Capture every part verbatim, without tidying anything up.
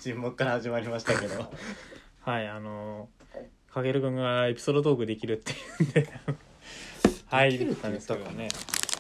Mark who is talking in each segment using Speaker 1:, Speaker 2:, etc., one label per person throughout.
Speaker 1: 沈黙から始まりましたけど
Speaker 2: はいあのかげるくんがエピソードトークできるっていうんではい
Speaker 1: できるって言ったかな
Speaker 2: ね。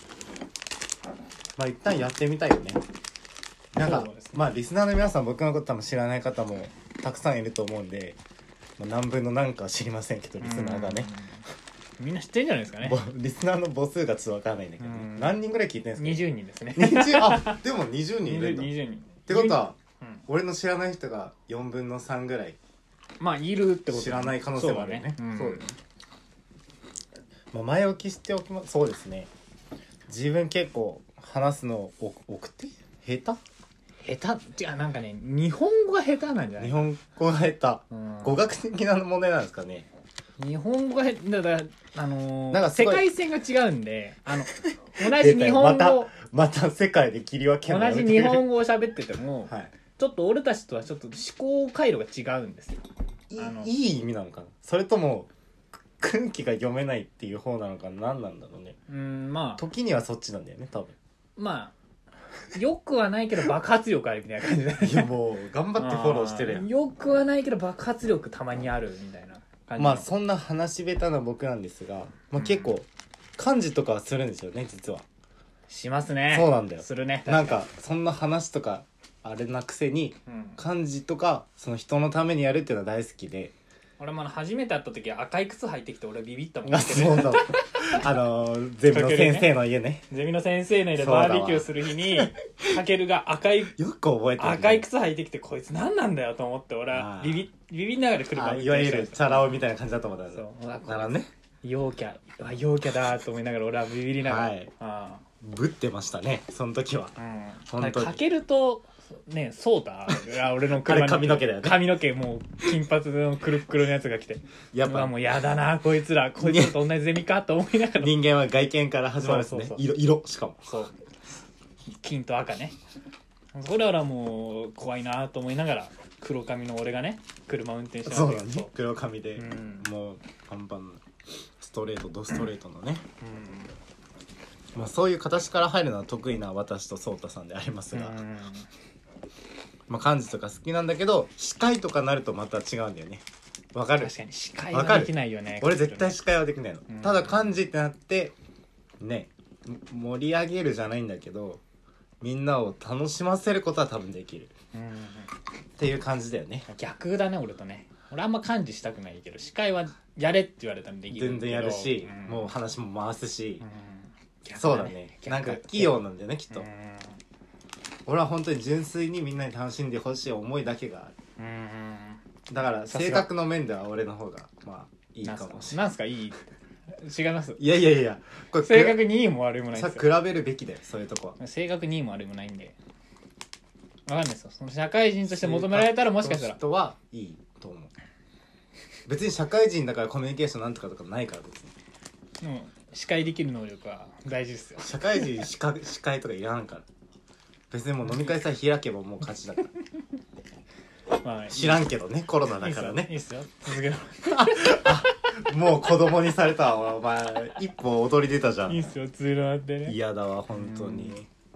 Speaker 1: まあ一旦やってみたいよね。なんか、
Speaker 2: そうですね、
Speaker 1: まあリスナーの皆さん僕のこと多分知らない方もたくさんいると思うんで、まあ、何分の何かは知りませんけどリスナーがね、
Speaker 2: みんな知ってるんじゃないですかね。
Speaker 1: リスナーの母数がちょっと分からないんだけど、何人ぐらい聞いてるんですか。
Speaker 2: にじゅうにんですね。
Speaker 1: にじゅうあでもにじゅうにんいるんだ。
Speaker 2: にじゅうにん
Speaker 1: ってことは、
Speaker 2: うん、
Speaker 1: 俺の知らない人がよんぶんのさんぐらい
Speaker 2: まあいるってこと
Speaker 1: 知らない可能性もあるよね。
Speaker 2: そうだね、うん、
Speaker 1: そうだね。まあ、前置きしておきます。そうですね、自分結構話すのお奥手下
Speaker 2: 手下手違うなんかね日本語が下手なんじゃない。
Speaker 1: 手日本語が下手、
Speaker 2: うん、
Speaker 1: 語学的な問題なんですかね。
Speaker 2: 日本語が下手だからあのー、
Speaker 1: なんかすごい
Speaker 2: 世界線が違うんであの同じ日本語
Speaker 1: また世界で切り分けるの
Speaker 2: 同じ日本語を喋ってても、
Speaker 1: はい、
Speaker 2: ちょっと俺たちとはちょっと思考回路が違うんですよ。あの
Speaker 1: いいい意味なのかな、それとも空気が読めないっていう方なのかな、何なんだろうね。
Speaker 2: うんまあ
Speaker 1: 時にはそっちなんだよね多分。
Speaker 2: まあよくはないけど爆発力あるみたいな感じで
Speaker 1: いやもう頑張ってフォローしてるやん。
Speaker 2: よくはないけど爆発力たまにあるみたいな感じ。
Speaker 1: まあそんな話下手な僕なんですが、まあ、結構漢字とかはするんですよね実は。
Speaker 2: しますね。
Speaker 1: そうなんだよ。
Speaker 2: するね。
Speaker 1: なんかそんな話とかあれなくせに、うん、漢字とかその人のためにやるっていうのは大好きで。
Speaker 2: 俺も初めて会った時赤い靴履いてきて俺ビビったもん。
Speaker 1: あそうだあのー、ゼミの先生の家ね。
Speaker 2: ゼミの先生の家でバーベキューする日にたけるが赤い
Speaker 1: よく覚えてる、ね、
Speaker 2: 赤い靴履いてきてこいつ何なんだよと思って俺はビビビビんながら来るから。
Speaker 1: いわゆるチャラ男みたいな感じだと思ったんだ。
Speaker 2: そう
Speaker 1: だからね
Speaker 2: 陽キャ陽キャだと思いながら俺はビビりながら、はい、あ
Speaker 1: ぶってましたねその時は。うん、
Speaker 2: 本当にかけるとねソータ俺の
Speaker 1: 車に髪の毛だよね。
Speaker 2: 髪の毛もう金髪のくるっくるのやつが来てやっぱもうやだなこいつらこいつらと同じゼミかと思いながら
Speaker 1: 人間は外見から始まるんですね。そうそうそう色色しかも
Speaker 2: そう金と赤ね。これはもう怖いなと思いながら黒髪の俺がね車運転して
Speaker 1: そうだね黒髪で、うん、もうパンパンストレートドストレートのね、うんまあ、そういう形から入るのは得意な私とソータさんでありますが、うんまあ、漢字とか好きなんだけど司会とかなるとまた違うんだよね。わかる。
Speaker 2: 確かに司会はできないよね。
Speaker 1: 俺絶対司会はできないの、うん、ただ漢字ってなってね盛り上げるじゃないんだけどみんなを楽しませることは多分できる、うん、っていう感じだよね。
Speaker 2: 逆だね俺とね。俺あんま漢字したくないけど司会はやれって言われたらできるけど
Speaker 1: 全然やるし、うん、もう話も回すし、うん、そうだね。
Speaker 2: 逆
Speaker 1: なんか器用なんだよねきっと、うん俺は本当に純粋にみんなに楽しんでほしい思いだけがある。うんだから性格の面では俺の方がまあいいかもしれない。
Speaker 2: なんすかいい違います。
Speaker 1: いやいやいや
Speaker 2: これ性格にいいも悪いもないですよ。
Speaker 1: さ比べるべきだよそういうとこは。
Speaker 2: 性格にいいも悪いもないんで分かんないですよ。その社会人として求められたらもしかしたら
Speaker 1: 人はいいと思う。別に社会人だからコミュニケーションなんとかとかないから別に。
Speaker 2: うん司会できる能力は大事ですよ。
Speaker 1: 社会人司会司会とかいらんから。別にもう飲み会さえ開けばもう勝ちだからまあ知らんけどねコロナだからね。
Speaker 2: いいっすよ続けろ
Speaker 1: もう子供にされたわお前一歩踊り出たじゃん。
Speaker 2: いいっすよ続けろってね。
Speaker 1: 嫌だわ本当に。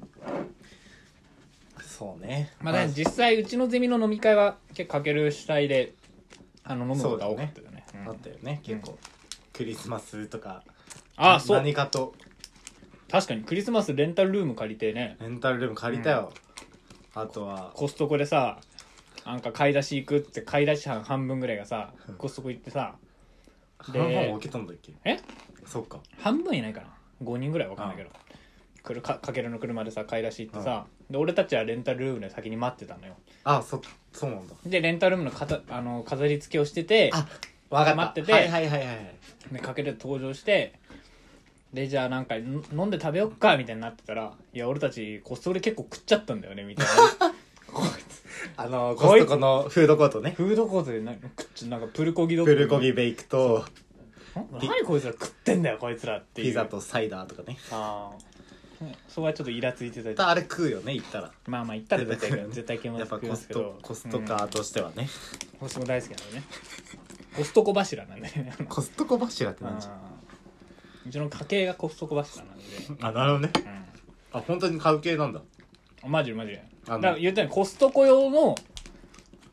Speaker 1: そうね。
Speaker 2: まあだ実際うちのゼミの飲み会は結構かける主体であの飲むことが多かったよね。
Speaker 1: あったよね結構、うん、クリスマスとか
Speaker 2: あそう
Speaker 1: 何かと
Speaker 2: 確かにクリスマスレンタルルーム借りてね。
Speaker 1: レンタルルーム借りたよ、うん、あとは
Speaker 2: コストコでさなんか買い出し行くって買い出し班半分ぐらいがさコストコ行ってさ
Speaker 1: で半分分けたんだっけ。
Speaker 2: え
Speaker 1: そっか
Speaker 2: 半分いないかなごにんぐらい分かんないけど来るかかけるの車でさ買い出し行ってさで俺たちはレンタルルームで先に待ってたのよ。
Speaker 1: あそそうなんだ。
Speaker 2: でレンタルルームのかたあの飾り付けをしてて
Speaker 1: あ分かった
Speaker 2: 待ってて
Speaker 1: はいはいはいはい
Speaker 2: でかける登場してでじゃあなんか飲んで食べよっかみたいになってたらいや俺たちコストコで結構食っちゃったんだよねみたいなこいつ
Speaker 1: あのコストコのフードコートね。
Speaker 2: フードコートでなんか食っちゃなんかプルコギドッグ
Speaker 1: プルコギベイクと
Speaker 2: 何こいつら食ってんだよこいつらっていう
Speaker 1: ピザとサイダーとかね。
Speaker 2: ああそこはちょっとイラついてたり
Speaker 1: あれ食うよね行ったら。
Speaker 2: まあまあ行ったら絶対絶対食いますけど
Speaker 1: やっぱコストコストカーとしてはね、
Speaker 2: うん、コストコ大好きなんでねコストコ柱なんで
Speaker 1: コストコ柱って何じゃん。
Speaker 2: うちの家系がコストコ柱なんで
Speaker 1: あなるほどね、うん、あ本当に買う系なんだ。
Speaker 2: マジでマジでだから言ったようにコストコ用の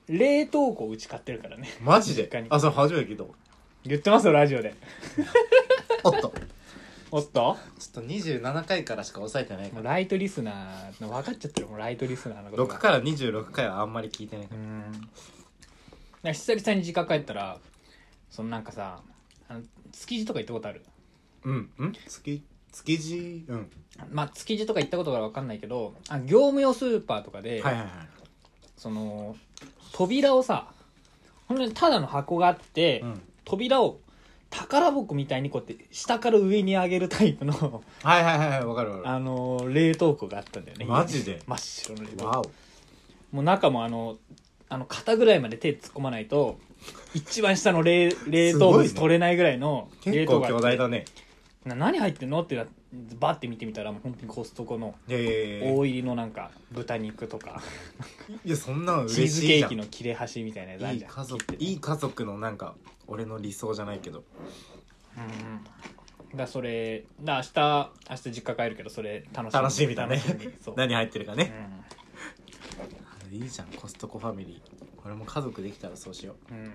Speaker 2: 冷凍庫うち買ってるからね。
Speaker 1: マジで
Speaker 2: 実家に
Speaker 1: あ、それ初めて聞いた。
Speaker 2: 言ってますよラジオで。
Speaker 1: おっと
Speaker 2: おっと
Speaker 1: ちょっとにじゅうななかいからしか抑えてないから。
Speaker 2: もうライトリスナー分かっちゃってるもうライトリスナーのこと
Speaker 1: ろくからにじゅうろっかいはあんまり聞いてないか
Speaker 2: う
Speaker 1: ら。
Speaker 2: んだから久々に実家帰ったらそのなんかさあの築地とか行ったことある？
Speaker 1: うんん築築地うん
Speaker 2: まあ築地とか行ったことが分かんないけどあ業務用スーパーとかで、
Speaker 1: はいはいはい。
Speaker 2: その扉をさほんとにただの箱があって、
Speaker 1: うん
Speaker 2: 扉を宝箱みたいにこうやって下から上に上げるタイプの
Speaker 1: はいはいはいはい、わかるわかる。
Speaker 2: あの冷凍庫があったんだよね。
Speaker 1: マジで
Speaker 2: 真っ白の冷凍庫。
Speaker 1: わお。
Speaker 2: もう中もあのあの肩ぐらいまで手突っ込まないと一番下の冷冷凍物取れないぐらいの冷
Speaker 1: 結構
Speaker 2: 凍庫があって
Speaker 1: 巨大だね。
Speaker 2: な何入ってんのってなバッて見てみたらもう本当にコストコの
Speaker 1: いやいやいや
Speaker 2: 大入りのなんか豚肉とか
Speaker 1: いや、そんなの
Speaker 2: チーズ
Speaker 1: 嬉しいじゃん。
Speaker 2: ケーキの切れ端みたいなやつあるじゃん。
Speaker 1: いい家族
Speaker 2: 切って
Speaker 1: いい家族のなんか俺の理想じゃないけど。
Speaker 2: うんうんだからそれだ明日明日実家帰るけどそれ楽しみ
Speaker 1: 楽しみだね
Speaker 2: 楽しみそう、
Speaker 1: 何入ってるかね、
Speaker 2: う
Speaker 1: いいじゃんコストコファミリー。俺も家族できたらそうしよ
Speaker 2: んうん、
Speaker 1: う。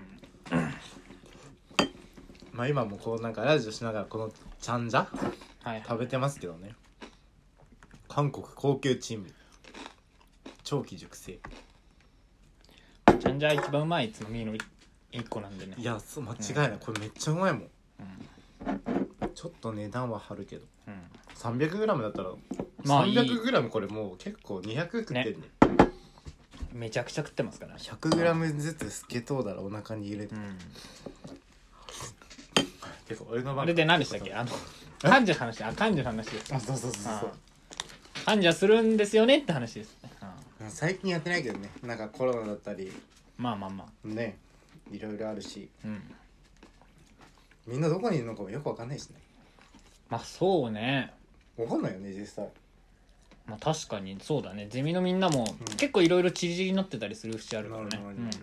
Speaker 1: まあ今もこうなんかラジオしながらこのチャンジャ
Speaker 2: はい
Speaker 1: 食べてますけどね。韓国高級珍味長期熟成。
Speaker 2: ちゃんじゃ一番うまいつまみの一個なんでね。
Speaker 1: いやそう間違いない、これめっちゃうまいもん。
Speaker 2: うん
Speaker 1: ちょっと値段は張るけど
Speaker 2: うん、
Speaker 1: さんびゃくグラム だったら、
Speaker 2: まあいい
Speaker 1: さんびゃくグラム これもう結構にひゃく食ってんね。
Speaker 2: めちゃくちゃ食ってますからね。
Speaker 1: ひゃくグラム ずつ透けとうだらお腹に入れて、
Speaker 2: うん
Speaker 1: てか俺の番
Speaker 2: あれで何でしたっけあの患者の話あ患者の話です
Speaker 1: あそうそうそうそう。
Speaker 2: 患者するんですよねって話ですね、うん
Speaker 1: 最近やってないけどね、なんかコロナだったり
Speaker 2: まあまあまあ
Speaker 1: ね、いろいろあるし、
Speaker 2: うん
Speaker 1: みんなどこにいるのかもよくわかんないしね。
Speaker 2: まあそうね
Speaker 1: わかんないよね実際。
Speaker 2: まあ確かにそうだねゼミのみんなも
Speaker 1: うん
Speaker 2: 結構いろいろちりぢりになってたりする節あるからね、
Speaker 1: なるほどね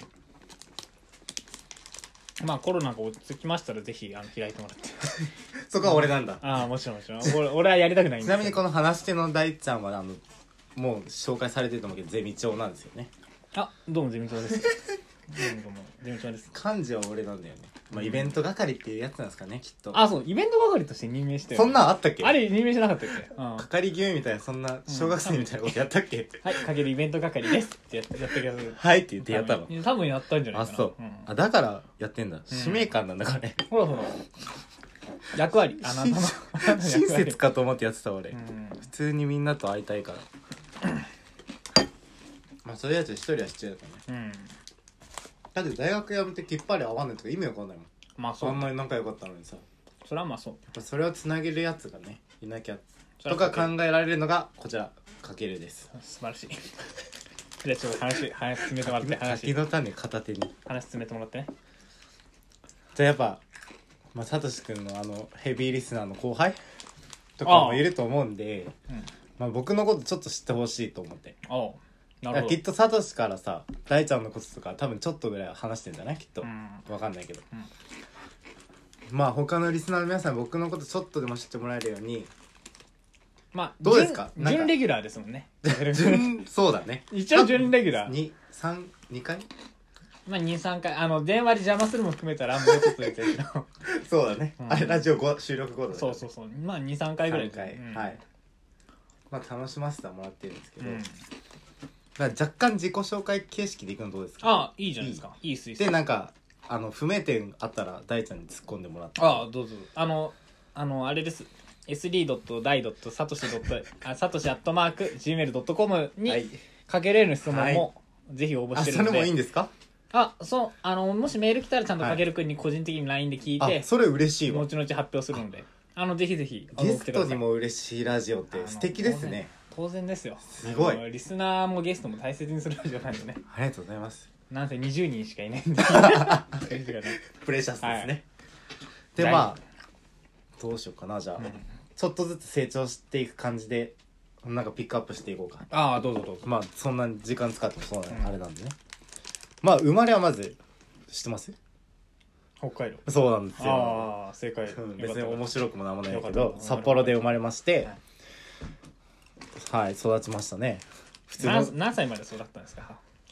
Speaker 2: うん、まあコロナが落ち着きましたらぜひあの開いてもらって
Speaker 1: そこは俺なんだ。
Speaker 2: ああもちろんもちろん俺俺はやりたくないんですよ
Speaker 1: ちなみにこの話し手の大ちゃんはあのもう紹介されてると思うけどゼミ長なんですよね。
Speaker 2: あどうもゼミ長ですどうもどうもゼミ長です
Speaker 1: 漢字は俺なんだよね。まあイベント係っていうやつなんですかねきっと。
Speaker 2: あそうイベント係として任命してよ
Speaker 1: そんなんあったっけ？
Speaker 2: あれ任命しなかったっけ、うん、は
Speaker 1: 係決めみたいなそんな小学生みたいなことやったっけ？
Speaker 2: いかけるイベント係ですってややったけど
Speaker 1: はいって言ってやったの。
Speaker 2: 多分やったんじゃない
Speaker 1: あ
Speaker 2: かな
Speaker 1: そう、
Speaker 2: ん、
Speaker 1: あだからやってんだ、使命感なんだこれ。
Speaker 2: ほらほら役割あなたのあなたの
Speaker 1: 親
Speaker 2: 役割
Speaker 1: 切かと思ってやってた俺、
Speaker 2: うん
Speaker 1: 普通にみんなと会いたいからまあとりあえず一人は必要だったね。
Speaker 2: うん
Speaker 1: だって大学辞めてきっぱり会わないとか意味わかんないもん。
Speaker 2: まあそうん
Speaker 1: そなに仲良かったのにさ、
Speaker 2: それはまあそう
Speaker 1: やっぱそれをつなげるやつがねいなきゃ
Speaker 2: それは
Speaker 1: とか考えられるのがこちらかけるです。
Speaker 2: 素晴らしいじゃあちょっと話話進めてもらって話
Speaker 1: 柿の種片手に。
Speaker 2: 話進めてもらってね
Speaker 1: じゃあやっぱまあサトシ君のあのヘビーリスナーの後輩とかもいると思うんで、
Speaker 2: うん
Speaker 1: まあ、僕のことちょっと知ってほしいと思って。
Speaker 2: おうなるほど
Speaker 1: きっとサトシからさ大ちゃんのこととか多分ちょっとぐらいは話してんじゃないきっと、
Speaker 2: うん
Speaker 1: わかんないけど、まあ他のリスナーの皆さん僕のことちょっとでも知ってもらえるように
Speaker 2: まあ
Speaker 1: どうですか
Speaker 2: 準
Speaker 1: なんか
Speaker 2: 準レギュラーですもんね
Speaker 1: 準そうだね
Speaker 2: 一応準レギュラー
Speaker 1: にさんにかい
Speaker 2: まあにさんかいあの電話で邪魔するも含めたらもうちょっと出てるけど
Speaker 1: そうだね、
Speaker 2: うん
Speaker 1: あれラジオご収録後だね
Speaker 2: そうそうそうまあにさんかいぐらい
Speaker 1: さんかい、
Speaker 2: うん
Speaker 1: はいまあ楽しませてもらってるんですけど、
Speaker 2: うん
Speaker 1: だから若干自己紹介形式でいくのどうですか？
Speaker 2: ああいいじゃないですかいいっすいいっす
Speaker 1: でなんかあの不明点あったら大ちゃんに突っ込んでもらって
Speaker 2: ああどうぞあのあのあれです エスディー ダイ サトシあサトシアットマーク ジーメール ドットコム に
Speaker 1: はい
Speaker 2: かけれる質問
Speaker 1: は
Speaker 2: もぜひ応募
Speaker 1: あそれ
Speaker 2: してるので、
Speaker 1: もいいんですか？
Speaker 2: あそうあのもしメール来たらちゃんとかけるくんに個人的に ライン で聞いて、
Speaker 1: あそれ嬉しいわ。
Speaker 2: 後々発表するのであのぜひぜひ
Speaker 1: ゲストにも嬉しいラジオって
Speaker 2: あの
Speaker 1: 素敵ですね。
Speaker 2: 当然ですよ
Speaker 1: すごい
Speaker 2: あのリスナーもゲストも大切にするラジオなんでね
Speaker 1: ありがとうございます。
Speaker 2: なんせにじゅうにんしかいないんで
Speaker 1: プレシャスですね、
Speaker 2: はい
Speaker 1: で
Speaker 2: 大
Speaker 1: まあどうしようかなじゃあ、
Speaker 2: うん
Speaker 1: ちょっとずつ成長していく感じでなんかピックアップしていこうか。
Speaker 2: ああどうぞどうぞ
Speaker 1: まあそんなに時間使ってもそうな、
Speaker 2: うん
Speaker 1: あれなんでね。まあ生まれはまず知ってます？
Speaker 2: 北海道
Speaker 1: そうなんですよ。
Speaker 2: ああ正解
Speaker 1: うん別に面
Speaker 2: い
Speaker 1: 白くもなんもないけ
Speaker 2: よか
Speaker 1: ど
Speaker 2: った
Speaker 1: 札幌で生まれまして
Speaker 2: はい
Speaker 1: はい育ちましたね。普通の
Speaker 2: 何何歳まで育ったんですか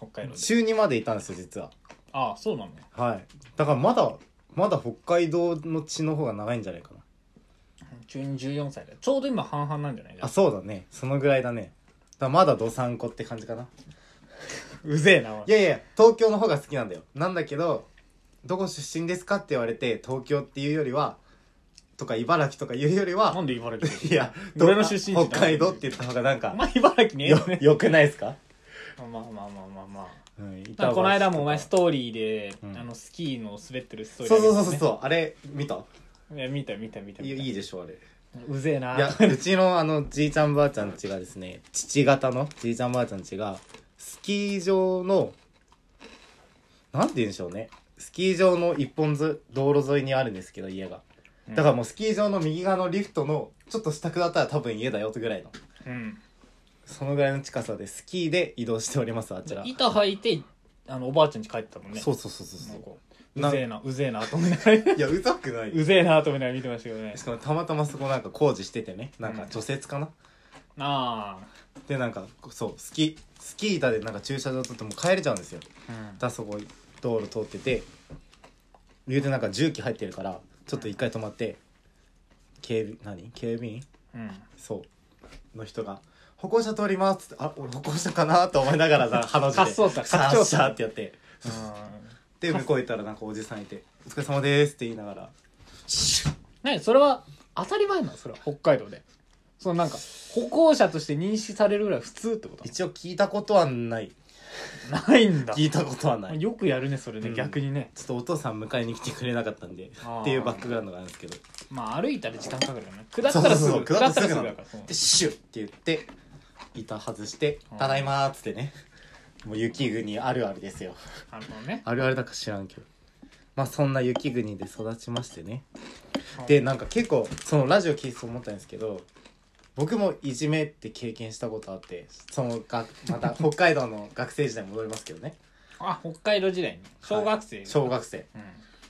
Speaker 2: 北海道で。
Speaker 1: 中にまでいたんですよ実は。
Speaker 2: ああそうなの。
Speaker 1: はいだからまだまだ北海道の血の方が長いんじゃないかな。
Speaker 2: 中にじゅうよんさいだよ。ちょうど今半々なんじゃない？
Speaker 1: あそうだねそのぐらいだね。だからまだどさんこって感じかな。
Speaker 2: うぜえな。
Speaker 1: いやいや東京の方が好きなんだよ。なんだけどどこ出身ですかって言われて東京っていうよりはとか茨城とかいうよりは
Speaker 2: なんで茨城？
Speaker 1: いや
Speaker 2: 俺の出身地だ
Speaker 1: 北海道って言った方がなんか
Speaker 2: お前茨城ねえ
Speaker 1: よ
Speaker 2: よね。
Speaker 1: よくないですか。
Speaker 2: まあまあまあまあまあまあ。
Speaker 1: うん
Speaker 2: なんかこの間もお前ストーリーで、
Speaker 1: うん
Speaker 2: あのスキーの滑ってるストーリー
Speaker 1: そうそうそう
Speaker 2: う
Speaker 1: そうそうあれ見た。
Speaker 2: いや見た見た見た見た。
Speaker 1: いいいいでしょあれ。
Speaker 2: うぜえない
Speaker 1: やうちのあのじいちゃんばあちゃん家がですね父方のじいちゃんばあちゃん家がスキー場のなんて言うんでしょうねスキー場の一本ず道路沿いにあるんですけど家がだからもうスキー場の右側のリフトのちょっと下下ったら多分家だよってぐらいの
Speaker 2: うん
Speaker 1: そのぐらいの近さでスキーで移動しておりますあちら。
Speaker 2: 板履いてあのおばあちゃん家帰ったもんね。
Speaker 1: そうそうそうそうそう
Speaker 2: なんかうぜえなうぜえなと思いながら
Speaker 1: いやうざくないう
Speaker 2: ぜえなと思いながら見てましたけどね。
Speaker 1: しかもたまたまそこなんか工事しててねなんか除雪かな、
Speaker 2: あ
Speaker 1: でなんかそうスキスキー板でなんか駐車場取ってもう帰れちゃうんですよ。
Speaker 2: あうん
Speaker 1: だそこ道路通ってて言うてなんか重機入ってるからちょっと一回止まって警備何警備員
Speaker 2: うん
Speaker 1: そうの人が歩行者通りますってあ俺歩行者かなと思いながらさハの字で
Speaker 2: 滑走車
Speaker 1: シャー
Speaker 2: 滑走車
Speaker 1: シャーってやってで向こう行ったらなんかおじさんいてお疲れ様ですって言いながら
Speaker 2: 何それは当たり前なのそれは北海道でそのなんか歩行者として認識されるぐらい普通ってこと
Speaker 1: 一応聞いたことはない
Speaker 2: ないんだ。
Speaker 1: 聞いたことはない
Speaker 2: よくやるねそれね、
Speaker 1: うん、
Speaker 2: 逆にね。
Speaker 1: ちょっとお父さん迎えに来てくれなかったんでっていうバックグラウンドがあるんですけど
Speaker 2: まあ歩いたら時間かかるよね。下ったらすぐ
Speaker 1: そうそうそう
Speaker 2: 下ったらすぐ
Speaker 1: 下った
Speaker 2: だからそう
Speaker 1: でシュッって言って板外して
Speaker 2: うん
Speaker 1: 「ただいま」っつってねもう雪国あるあるですよ。
Speaker 2: あのね
Speaker 1: あるあるだか知らんけどまあそんな雪国で育ちましてね。でなんか結構そのラジオ聞いてて思ったんですけど僕もいじめって経験したことあってそのがまた北海道の学生時代に戻りますけどね
Speaker 2: あ北海道時代に小学生、
Speaker 1: はい小学生
Speaker 2: うん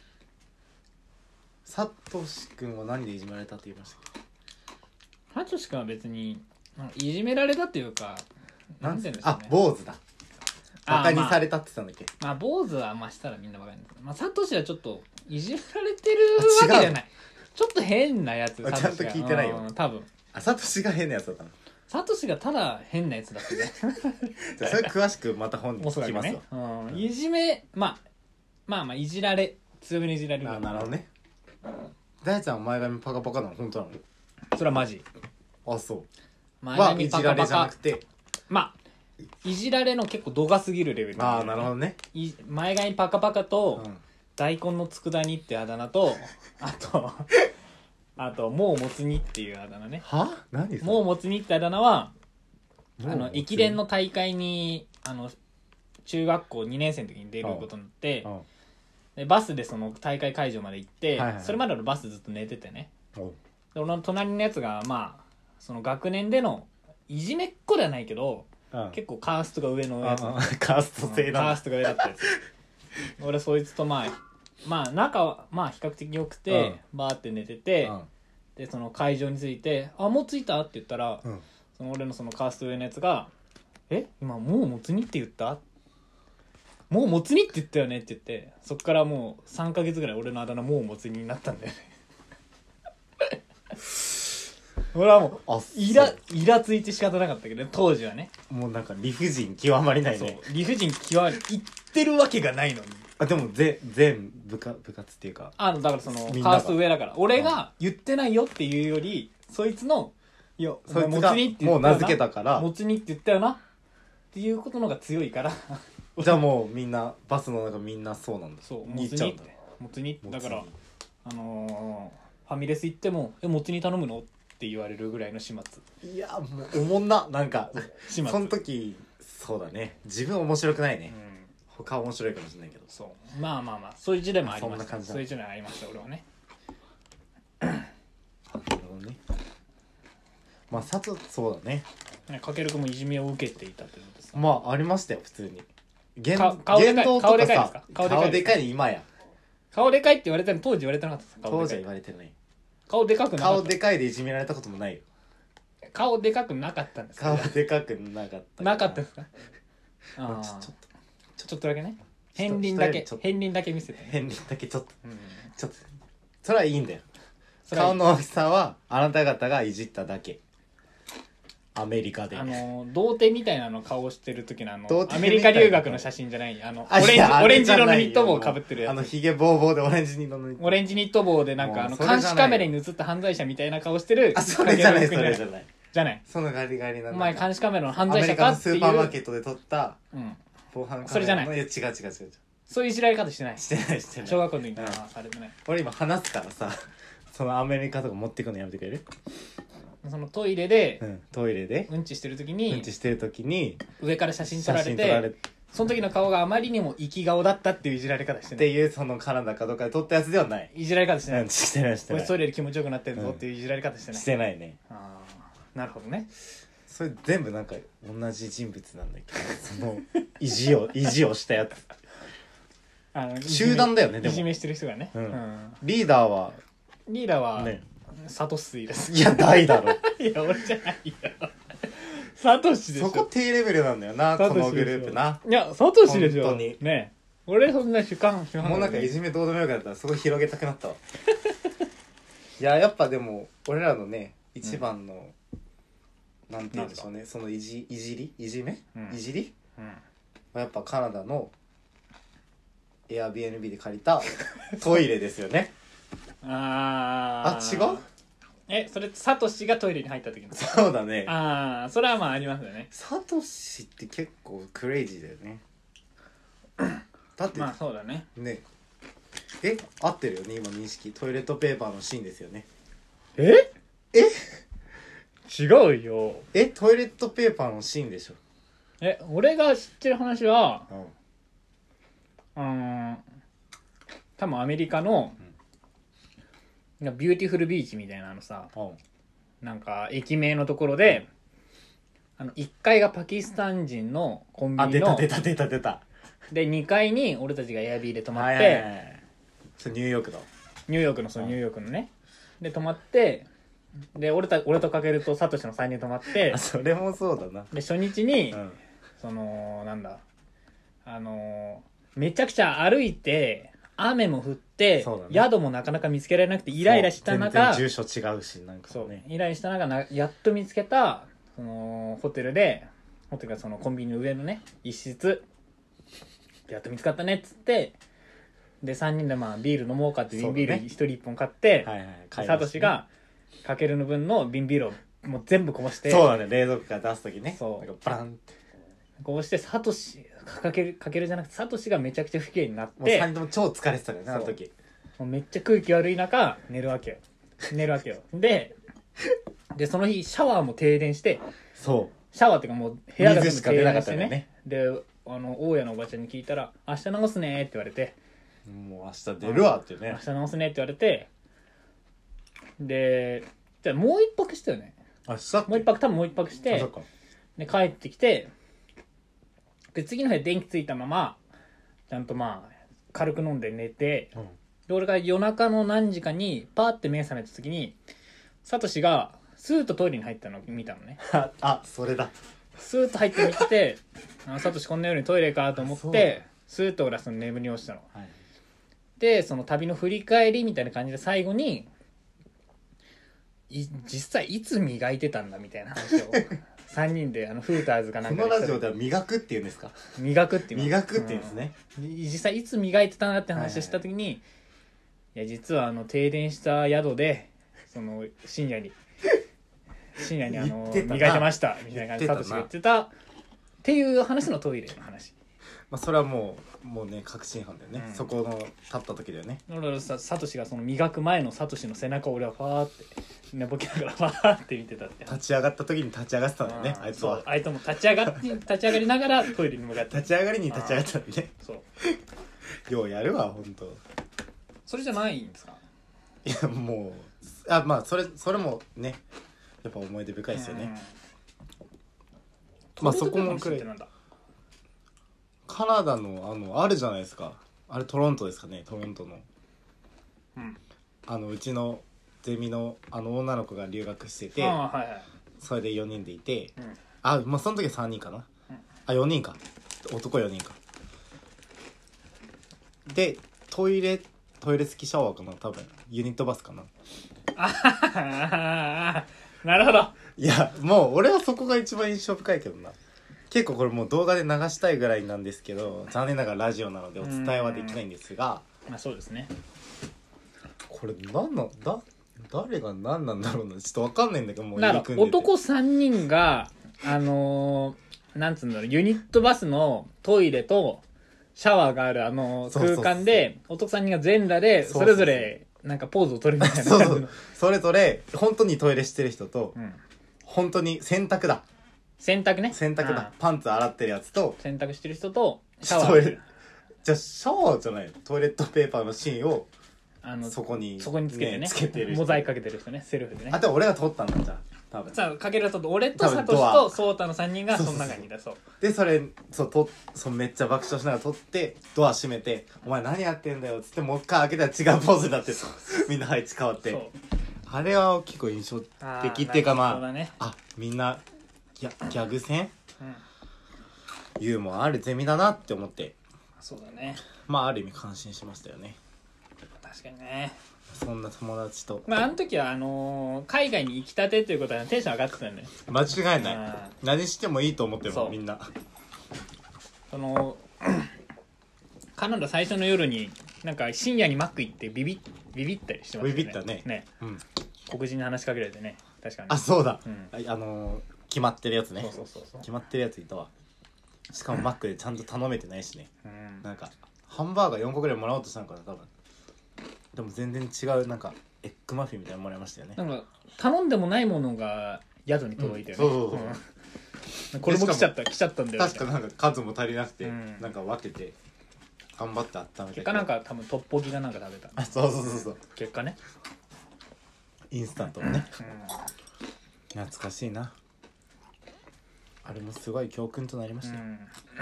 Speaker 1: さとし君は何でいじめられたって言いましたっ
Speaker 2: ハチョシ君は別になんかいじめられたっていうか
Speaker 1: け
Speaker 2: なんて言うんでしょう
Speaker 1: あ
Speaker 2: ね。
Speaker 1: 坊主だ
Speaker 2: あ
Speaker 1: バカにされたって言ってたんだっけ、
Speaker 2: まあ坊主はまあしたらみんなバカになる。まあサトシはちょっといじめられてるわけじゃない。ちょっと変なやつ。
Speaker 1: あちゃんと聞いてないよ
Speaker 2: うん多分
Speaker 1: あさとしが変なやつだったの
Speaker 2: サトシがただ変なやつだってね。
Speaker 1: じゃあそれ詳しくまた本に
Speaker 2: おそらく
Speaker 1: 聞きますよ
Speaker 2: ね、うん、いじめまあまあまあいじられ強めにいじられる
Speaker 1: あなるほどね大ちゃん前髪パカパカなの本当な
Speaker 2: それはマジ
Speaker 1: のあそう
Speaker 2: 前
Speaker 1: は
Speaker 2: 髪パカパ
Speaker 1: いじられじゃな
Speaker 2: カ
Speaker 1: くて
Speaker 2: まあいじられの結構度が過ぎるレベル
Speaker 1: ああなるほどね
Speaker 2: い前髪パカパカと、
Speaker 1: うん
Speaker 2: 大根の佃煮ってあだ名とあとあともうもつ煮っていうあだ名ね。
Speaker 1: は何それ
Speaker 2: もうもつ煮ってあだ名はあ
Speaker 1: もうもつ煮
Speaker 2: の駅伝の大会にあの中学校にねん生の時に出ることになって
Speaker 1: うん
Speaker 2: でバスでその大会会場まで行って、
Speaker 1: はいはい
Speaker 2: それまでのバスずっと寝ててね
Speaker 1: おう
Speaker 2: で俺の隣のやつがまあその学年でのいじめっ子ではないけど
Speaker 1: うん
Speaker 2: 結構カーストが上のやつ
Speaker 1: ああカースト制なんだ
Speaker 2: カーストが上だったやつ俺そいつとまあまあ仲はまあ比較的良くて、バーって寝てて、
Speaker 1: うん
Speaker 2: でその会場に着いて「あもう着いた?」って言ったら、
Speaker 1: うん
Speaker 2: その俺のそのカースト上のやつが「え今もうもつ煮って言った?」もうもつ煮って言ったよねって言ってそっからもうさんかげつぐらい俺のあだ名もうもつ煮になったんだよね俺はもう
Speaker 1: あ
Speaker 2: イラ
Speaker 1: そう
Speaker 2: イラついて仕方なかったけどね当時はね
Speaker 1: もうなんか理不尽極まりない
Speaker 2: そう
Speaker 1: ね
Speaker 2: 理不尽極まり言ってるわけがないのに
Speaker 1: あでもぜ全部活部活っていうか
Speaker 2: あのだからその
Speaker 1: みんなが
Speaker 2: カースト上だから俺が言ってないよっていうよりそいつの「いやお前
Speaker 1: そいつが
Speaker 2: もつ煮って言
Speaker 1: もう
Speaker 2: ったよな
Speaker 1: 名付けたから
Speaker 2: もつ煮って言ったよな」っていうことのが強いから
Speaker 1: じゃあもうみんなバスの中みんなそうなんだ
Speaker 2: そうも
Speaker 1: 言っちゃうんだ
Speaker 2: つ煮ってもつ煮だから
Speaker 1: も
Speaker 2: あのー、ファミレス行っても「えもつ煮頼むの?」って言われるぐらいの始末
Speaker 1: ついやもうおもんななんか
Speaker 2: 始末
Speaker 1: その時そうだね自分面白くないね、
Speaker 2: うん
Speaker 1: 他面白いかもしれないけど
Speaker 2: そうまあまあまあそういう時代もありました
Speaker 1: そんな感じだ
Speaker 2: そういう時代もありました俺はね
Speaker 1: なるほどねまあさつそうだね
Speaker 2: ねかけるくんもいじめを受けていたということですか
Speaker 1: まあありましたよ普通に言
Speaker 2: か顔でかい
Speaker 1: 言動と
Speaker 2: 顔で
Speaker 1: かさ
Speaker 2: かいですか顔でかい
Speaker 1: 顔でかい今や
Speaker 2: 顔でかいって言われたの当時言われてなかったですか顔
Speaker 1: 当時は
Speaker 2: でかい
Speaker 1: 言われてない
Speaker 2: 顔でかくなかった
Speaker 1: 顔でかいでいじめられたこともないよ
Speaker 2: 顔でかくなかったんですか
Speaker 1: 顔でかくなかった
Speaker 2: なかったですか
Speaker 1: まあ
Speaker 2: あ
Speaker 1: ちょちょっと
Speaker 2: ちょっとだけね片鱗だけ
Speaker 1: ちょっと
Speaker 2: 片鱗だけ見せてね、
Speaker 1: 片鱗だけちょっと
Speaker 2: うん、
Speaker 1: ちょっとそれはいいんだよ。
Speaker 2: それはいい
Speaker 1: 顔の大きさはあなた方がいじっただけ。アメリカで
Speaker 2: あの童貞みたいなの顔してる時のあの
Speaker 1: 童貞
Speaker 2: アメリカ留学の写真じゃないあの
Speaker 1: あ
Speaker 2: オレンジ
Speaker 1: いや
Speaker 2: オレンジ色の
Speaker 1: あれじゃないよ
Speaker 2: ニット帽をかぶってるやつ
Speaker 1: あのヒゲボーボーでオレンジ色の
Speaker 2: オレンジニット帽でなんかあの
Speaker 1: もうそれじゃない
Speaker 2: 監視カメラに映った犯罪者みたいな顔してる
Speaker 1: あそれじゃないそ
Speaker 2: 影の服
Speaker 1: れじゃない
Speaker 2: じゃない
Speaker 1: そのガリガリな
Speaker 2: お前監視カメラの犯
Speaker 1: アメリ
Speaker 2: 罪者かっていう
Speaker 1: カのスーパーマーケットで撮った
Speaker 2: うん、
Speaker 1: 防犯カメラの
Speaker 2: それじゃない
Speaker 1: いや違う違う違う違う
Speaker 2: そういういじられ方してない
Speaker 1: してないしてない
Speaker 2: 小学校の時に
Speaker 1: うん
Speaker 2: あされてない
Speaker 1: 俺今話すからさそのアメリカとか持ってくのやめてくれる、
Speaker 2: そのトイレで
Speaker 1: うん、トイレで
Speaker 2: うんちしてる時
Speaker 1: うん
Speaker 2: に
Speaker 1: ちしてる時に
Speaker 2: 上から写真撮ら
Speaker 1: 写
Speaker 2: れて
Speaker 1: 真撮られて
Speaker 2: その時の顔があまりにも生き顔だったっていういじられ方して
Speaker 1: っ
Speaker 2: ない
Speaker 1: ていうそのカナダかどっかで撮ったやつではない。
Speaker 2: いじられ方してない
Speaker 1: うんしてないしてない
Speaker 2: こいつトイレで気持ちよくなってるぞっていういじられ方してない、
Speaker 1: してないね。
Speaker 2: ああなるほどね
Speaker 1: それ全部なんか同じ人物なんだけどその意地を意地をしたやつ。
Speaker 2: あの
Speaker 1: 集団だよねでも
Speaker 2: いじめしてる人がね、
Speaker 1: うん
Speaker 2: うん
Speaker 1: リーダーは
Speaker 2: リーダーは、
Speaker 1: ね
Speaker 2: サトシです
Speaker 1: いや大だろ
Speaker 2: いや俺じゃないよサトシでしょ
Speaker 1: そこ低レベルなんだよなこのグループな。
Speaker 2: いやサトシでしょ
Speaker 1: 本当に
Speaker 2: ね俺そんな主観主観
Speaker 1: もうなんかいじめどうでもよかったらそこ広げたくなったわいややっぱでも俺らのね一番の、なんて言うんでしょうねそのいじいじりいじめ、
Speaker 2: うん
Speaker 1: いじり
Speaker 2: うん
Speaker 1: はやっぱカナダの Airbnb で借りたトイレですよね
Speaker 2: あ
Speaker 1: あ違う
Speaker 2: えそれサトシがトイレに入った時の
Speaker 1: そうだね
Speaker 2: ああそれはまあありますよね
Speaker 1: サトシって結構クレイジーだよねだって、
Speaker 2: まあそうだね
Speaker 1: ねえ合ってるよね今認識トイレットペーパーのシーンですよね
Speaker 2: え
Speaker 1: え
Speaker 2: 違うよ
Speaker 1: えトイレットペーパーのシーンでしょ
Speaker 2: え俺が知ってる話は
Speaker 1: うん
Speaker 2: うん多分アメリカの、ビューティフルビーチみたいなのさ
Speaker 1: うん
Speaker 2: なんか駅名のところであのいっかいがパキスタン人のコンビ
Speaker 1: あ
Speaker 2: ニの
Speaker 1: 出た出た出た出た
Speaker 2: でにかいに俺たちがエアビーで泊まって、
Speaker 1: はいはいはいそれニューヨークだ
Speaker 2: ニューヨークのそのニューヨークのねで泊まってで俺た俺とかけるとサトシのさんにん泊まって
Speaker 1: あそれもそうだな
Speaker 2: で初日に、
Speaker 1: うん
Speaker 2: そのなんだあのめちゃくちゃ歩いて雨も降って、
Speaker 1: そうだね
Speaker 2: 宿もなかなか見つけられなくてイライラした中
Speaker 1: そう全然住所違うしなんか
Speaker 2: そう
Speaker 1: ね
Speaker 2: イライラした中なやっと見つけたそのホテルでホテルがそのコンビニの上のね一室やっと見つかったねっつってでさんにんでまあビール飲もうかって瓶ビール
Speaker 1: そうだね
Speaker 2: ひとりいっぽん買って、
Speaker 1: はいはい買い
Speaker 2: サ
Speaker 1: ましたね
Speaker 2: トシがかけるの分の瓶ビールをもう全部こぼして
Speaker 1: そうだね冷蔵庫から出す時ね
Speaker 2: そう
Speaker 1: なんかバンって
Speaker 2: こぼしてサトシかけるかけるじゃなくてサトシがめちゃくちゃ不機嫌になっ
Speaker 1: もう
Speaker 2: て
Speaker 1: さんにんとも超疲れてたからねあの時
Speaker 2: もうめっちゃ空気悪い中寝るわけよ寝るわけよででその日シャワーも停電して
Speaker 1: そ
Speaker 2: シャワーっていうかもう部屋が全部停
Speaker 1: 水しか出なか
Speaker 2: 電してね
Speaker 1: ったんだよね
Speaker 2: であの大家のおばちゃんに聞いたら「明日直すね」って言われて
Speaker 1: うもう明日出るわって
Speaker 2: 「
Speaker 1: ね
Speaker 2: 明日直すね」って言われてでじゃあもう一泊したよね
Speaker 1: 明日
Speaker 2: もう一泊多分もう一泊して
Speaker 1: あそっか
Speaker 2: で帰ってきてで次の日は電気ついたままちゃんとまあ軽く飲んで寝て
Speaker 1: うん
Speaker 2: で俺が夜中の何時かにパーって目覚めた時にサトシがスーッとトイレに入ったのを見たのね
Speaker 1: ああそれだ
Speaker 2: スーッと入ってみててあサトシこんな夜にトイレかと思っ
Speaker 1: そう
Speaker 2: てスーッと俺はその眠りに落ちたの
Speaker 1: はい
Speaker 2: でその旅の振り返りみたいな感じで最後にい実際いつ磨いてたんだみたいな話をさんにんであのフーターズかなんかで
Speaker 1: このラジオでは磨くっていうんですか
Speaker 2: 磨くっていうの
Speaker 1: 磨くっていうんですね
Speaker 2: うん実際いつ磨いてたんだって話をした時に、いや実はあの停電した宿でその深夜に深夜にあの
Speaker 1: 言ってたな
Speaker 2: 磨いてましたみたいな感じでサトシが言ってたっていう話のトイレの話
Speaker 1: まあそれはもうもうね確信犯だよね、
Speaker 2: うん
Speaker 1: そこの立った時だよね
Speaker 2: 俺はさサトシがその磨く前のサトシの背中を俺はファーって寝ぼけながらファーって見てたって
Speaker 1: 立ち上がった時に立ち上がってたんだよねあいつは
Speaker 2: そうあいつも立ち上がって立ち上がりながらトイレに向かって
Speaker 1: 立ち上がりに立ち上がったんだね
Speaker 2: そう
Speaker 1: ようやるわほんと
Speaker 2: それじゃないんですか
Speaker 1: いやもうあまあそれそれもねやっぱ思い出深いですよね、
Speaker 2: うん
Speaker 1: まあそこも
Speaker 2: トイレットペーパーのシーンってなんだ
Speaker 1: カナダのあのあるじゃないですかあれトロントですかねトロントの
Speaker 2: うん
Speaker 1: あのうちのゼミのあの女の子が留学してて
Speaker 2: ああはいはい
Speaker 1: それでよにんでいて
Speaker 2: うん
Speaker 1: あまあその時はさんにんかな、
Speaker 2: うん
Speaker 1: あよにんか男よにんかでトイレトイレ付きシャワーかな多分ユニットバスかな。
Speaker 2: あははなるほど。
Speaker 1: いやもう俺はそこが一番印象深いけどな。結構これもう動画で流したいぐらいなんですけど残念ながらラジオなのでお伝えはできないんですが、
Speaker 2: まあそうですね。
Speaker 1: これ何なんだ誰が何なんだろうなちょっと分かんないんだけどもう
Speaker 2: だから
Speaker 1: 入り組んでて
Speaker 2: 男さんにんがあのー、なんつうんだろうユニットバスのトイレとシャワーがあるあの空間で男さんにんが全裸でそれぞれなんかポーズを取るみたいな
Speaker 1: そう
Speaker 2: 感じの
Speaker 1: そうそれぞれ本当にトイレしてる人と、
Speaker 2: うん、
Speaker 1: 本当に洗濯だ
Speaker 2: 洗濯ね
Speaker 1: 洗濯だパンツ洗ってるやつと
Speaker 2: 洗濯してる人とシャワーしてる
Speaker 1: じゃあシャワーじゃないトイレットペーパーの芯を
Speaker 2: あの
Speaker 1: そこに
Speaker 2: そこにつけてね
Speaker 1: つけてる人
Speaker 2: モザイクかけてる人ねセルフでね
Speaker 1: あと俺が取ったんだじゃあ多分
Speaker 2: さあかけると俺とサ
Speaker 1: 多分ドア
Speaker 2: トシとソータのさんにんがその中にいたそう
Speaker 1: でそれそうとそうめっちゃ爆笑しながら取ってドア閉めて「お前何やってんだよ」っつってもう一回開けたら違うポーズになってみんな配置変わって
Speaker 2: そう
Speaker 1: あれは結構印象的っていうかまあ
Speaker 2: そうだね、
Speaker 1: あみんなギャギャグ戦
Speaker 2: うん、
Speaker 1: ユーモアあるゼミだなって思って
Speaker 2: そうだね
Speaker 1: まあある意味感心しましたよね。
Speaker 2: 確かにね
Speaker 1: そんな友達と
Speaker 2: まああの時はあのー、海外に行きたてということはテンション上がってたよね
Speaker 1: 間違いない
Speaker 2: うん
Speaker 1: 何してもいいと思ってる
Speaker 2: そう
Speaker 1: もんみんな
Speaker 2: そのカナダ最初の夜になんか深夜にマック行ってビビビビったりしてましたよね
Speaker 1: ビビったね
Speaker 2: ね
Speaker 1: うん
Speaker 2: 黒人に話しかけられてね確かに
Speaker 1: あそうだ、
Speaker 2: うん
Speaker 1: ああのー、決まってるやつね
Speaker 2: そうそうそうそう
Speaker 1: 決まってるやついたわしかもマックでちゃんと頼めてないしね
Speaker 2: うん
Speaker 1: なんかハンバーガーよんこぐらいもらおうとしたのかな多分でも全然違うなんかエッグマフィンみたいなのもらいましたよね
Speaker 2: なんか頼んでもないものが宿に届いてるね、
Speaker 1: うんそうそうそう
Speaker 2: うんこれも来ちゃった来ちゃったんだよ
Speaker 1: 確かなんか数も足りなくて、
Speaker 2: うん
Speaker 1: なんか分けて頑張って温めたけど
Speaker 2: 結果なんか多分トッポギがなんか食べた
Speaker 1: あそうそうそうそう
Speaker 2: 結果ね、
Speaker 1: インスタントもね
Speaker 2: うん
Speaker 1: 懐かしいなあれもすごい教訓となりましたよ、
Speaker 2: うん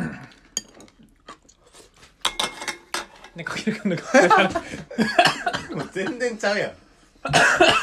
Speaker 2: ねかけるかんのか
Speaker 1: もう全然ちゃうやん
Speaker 2: か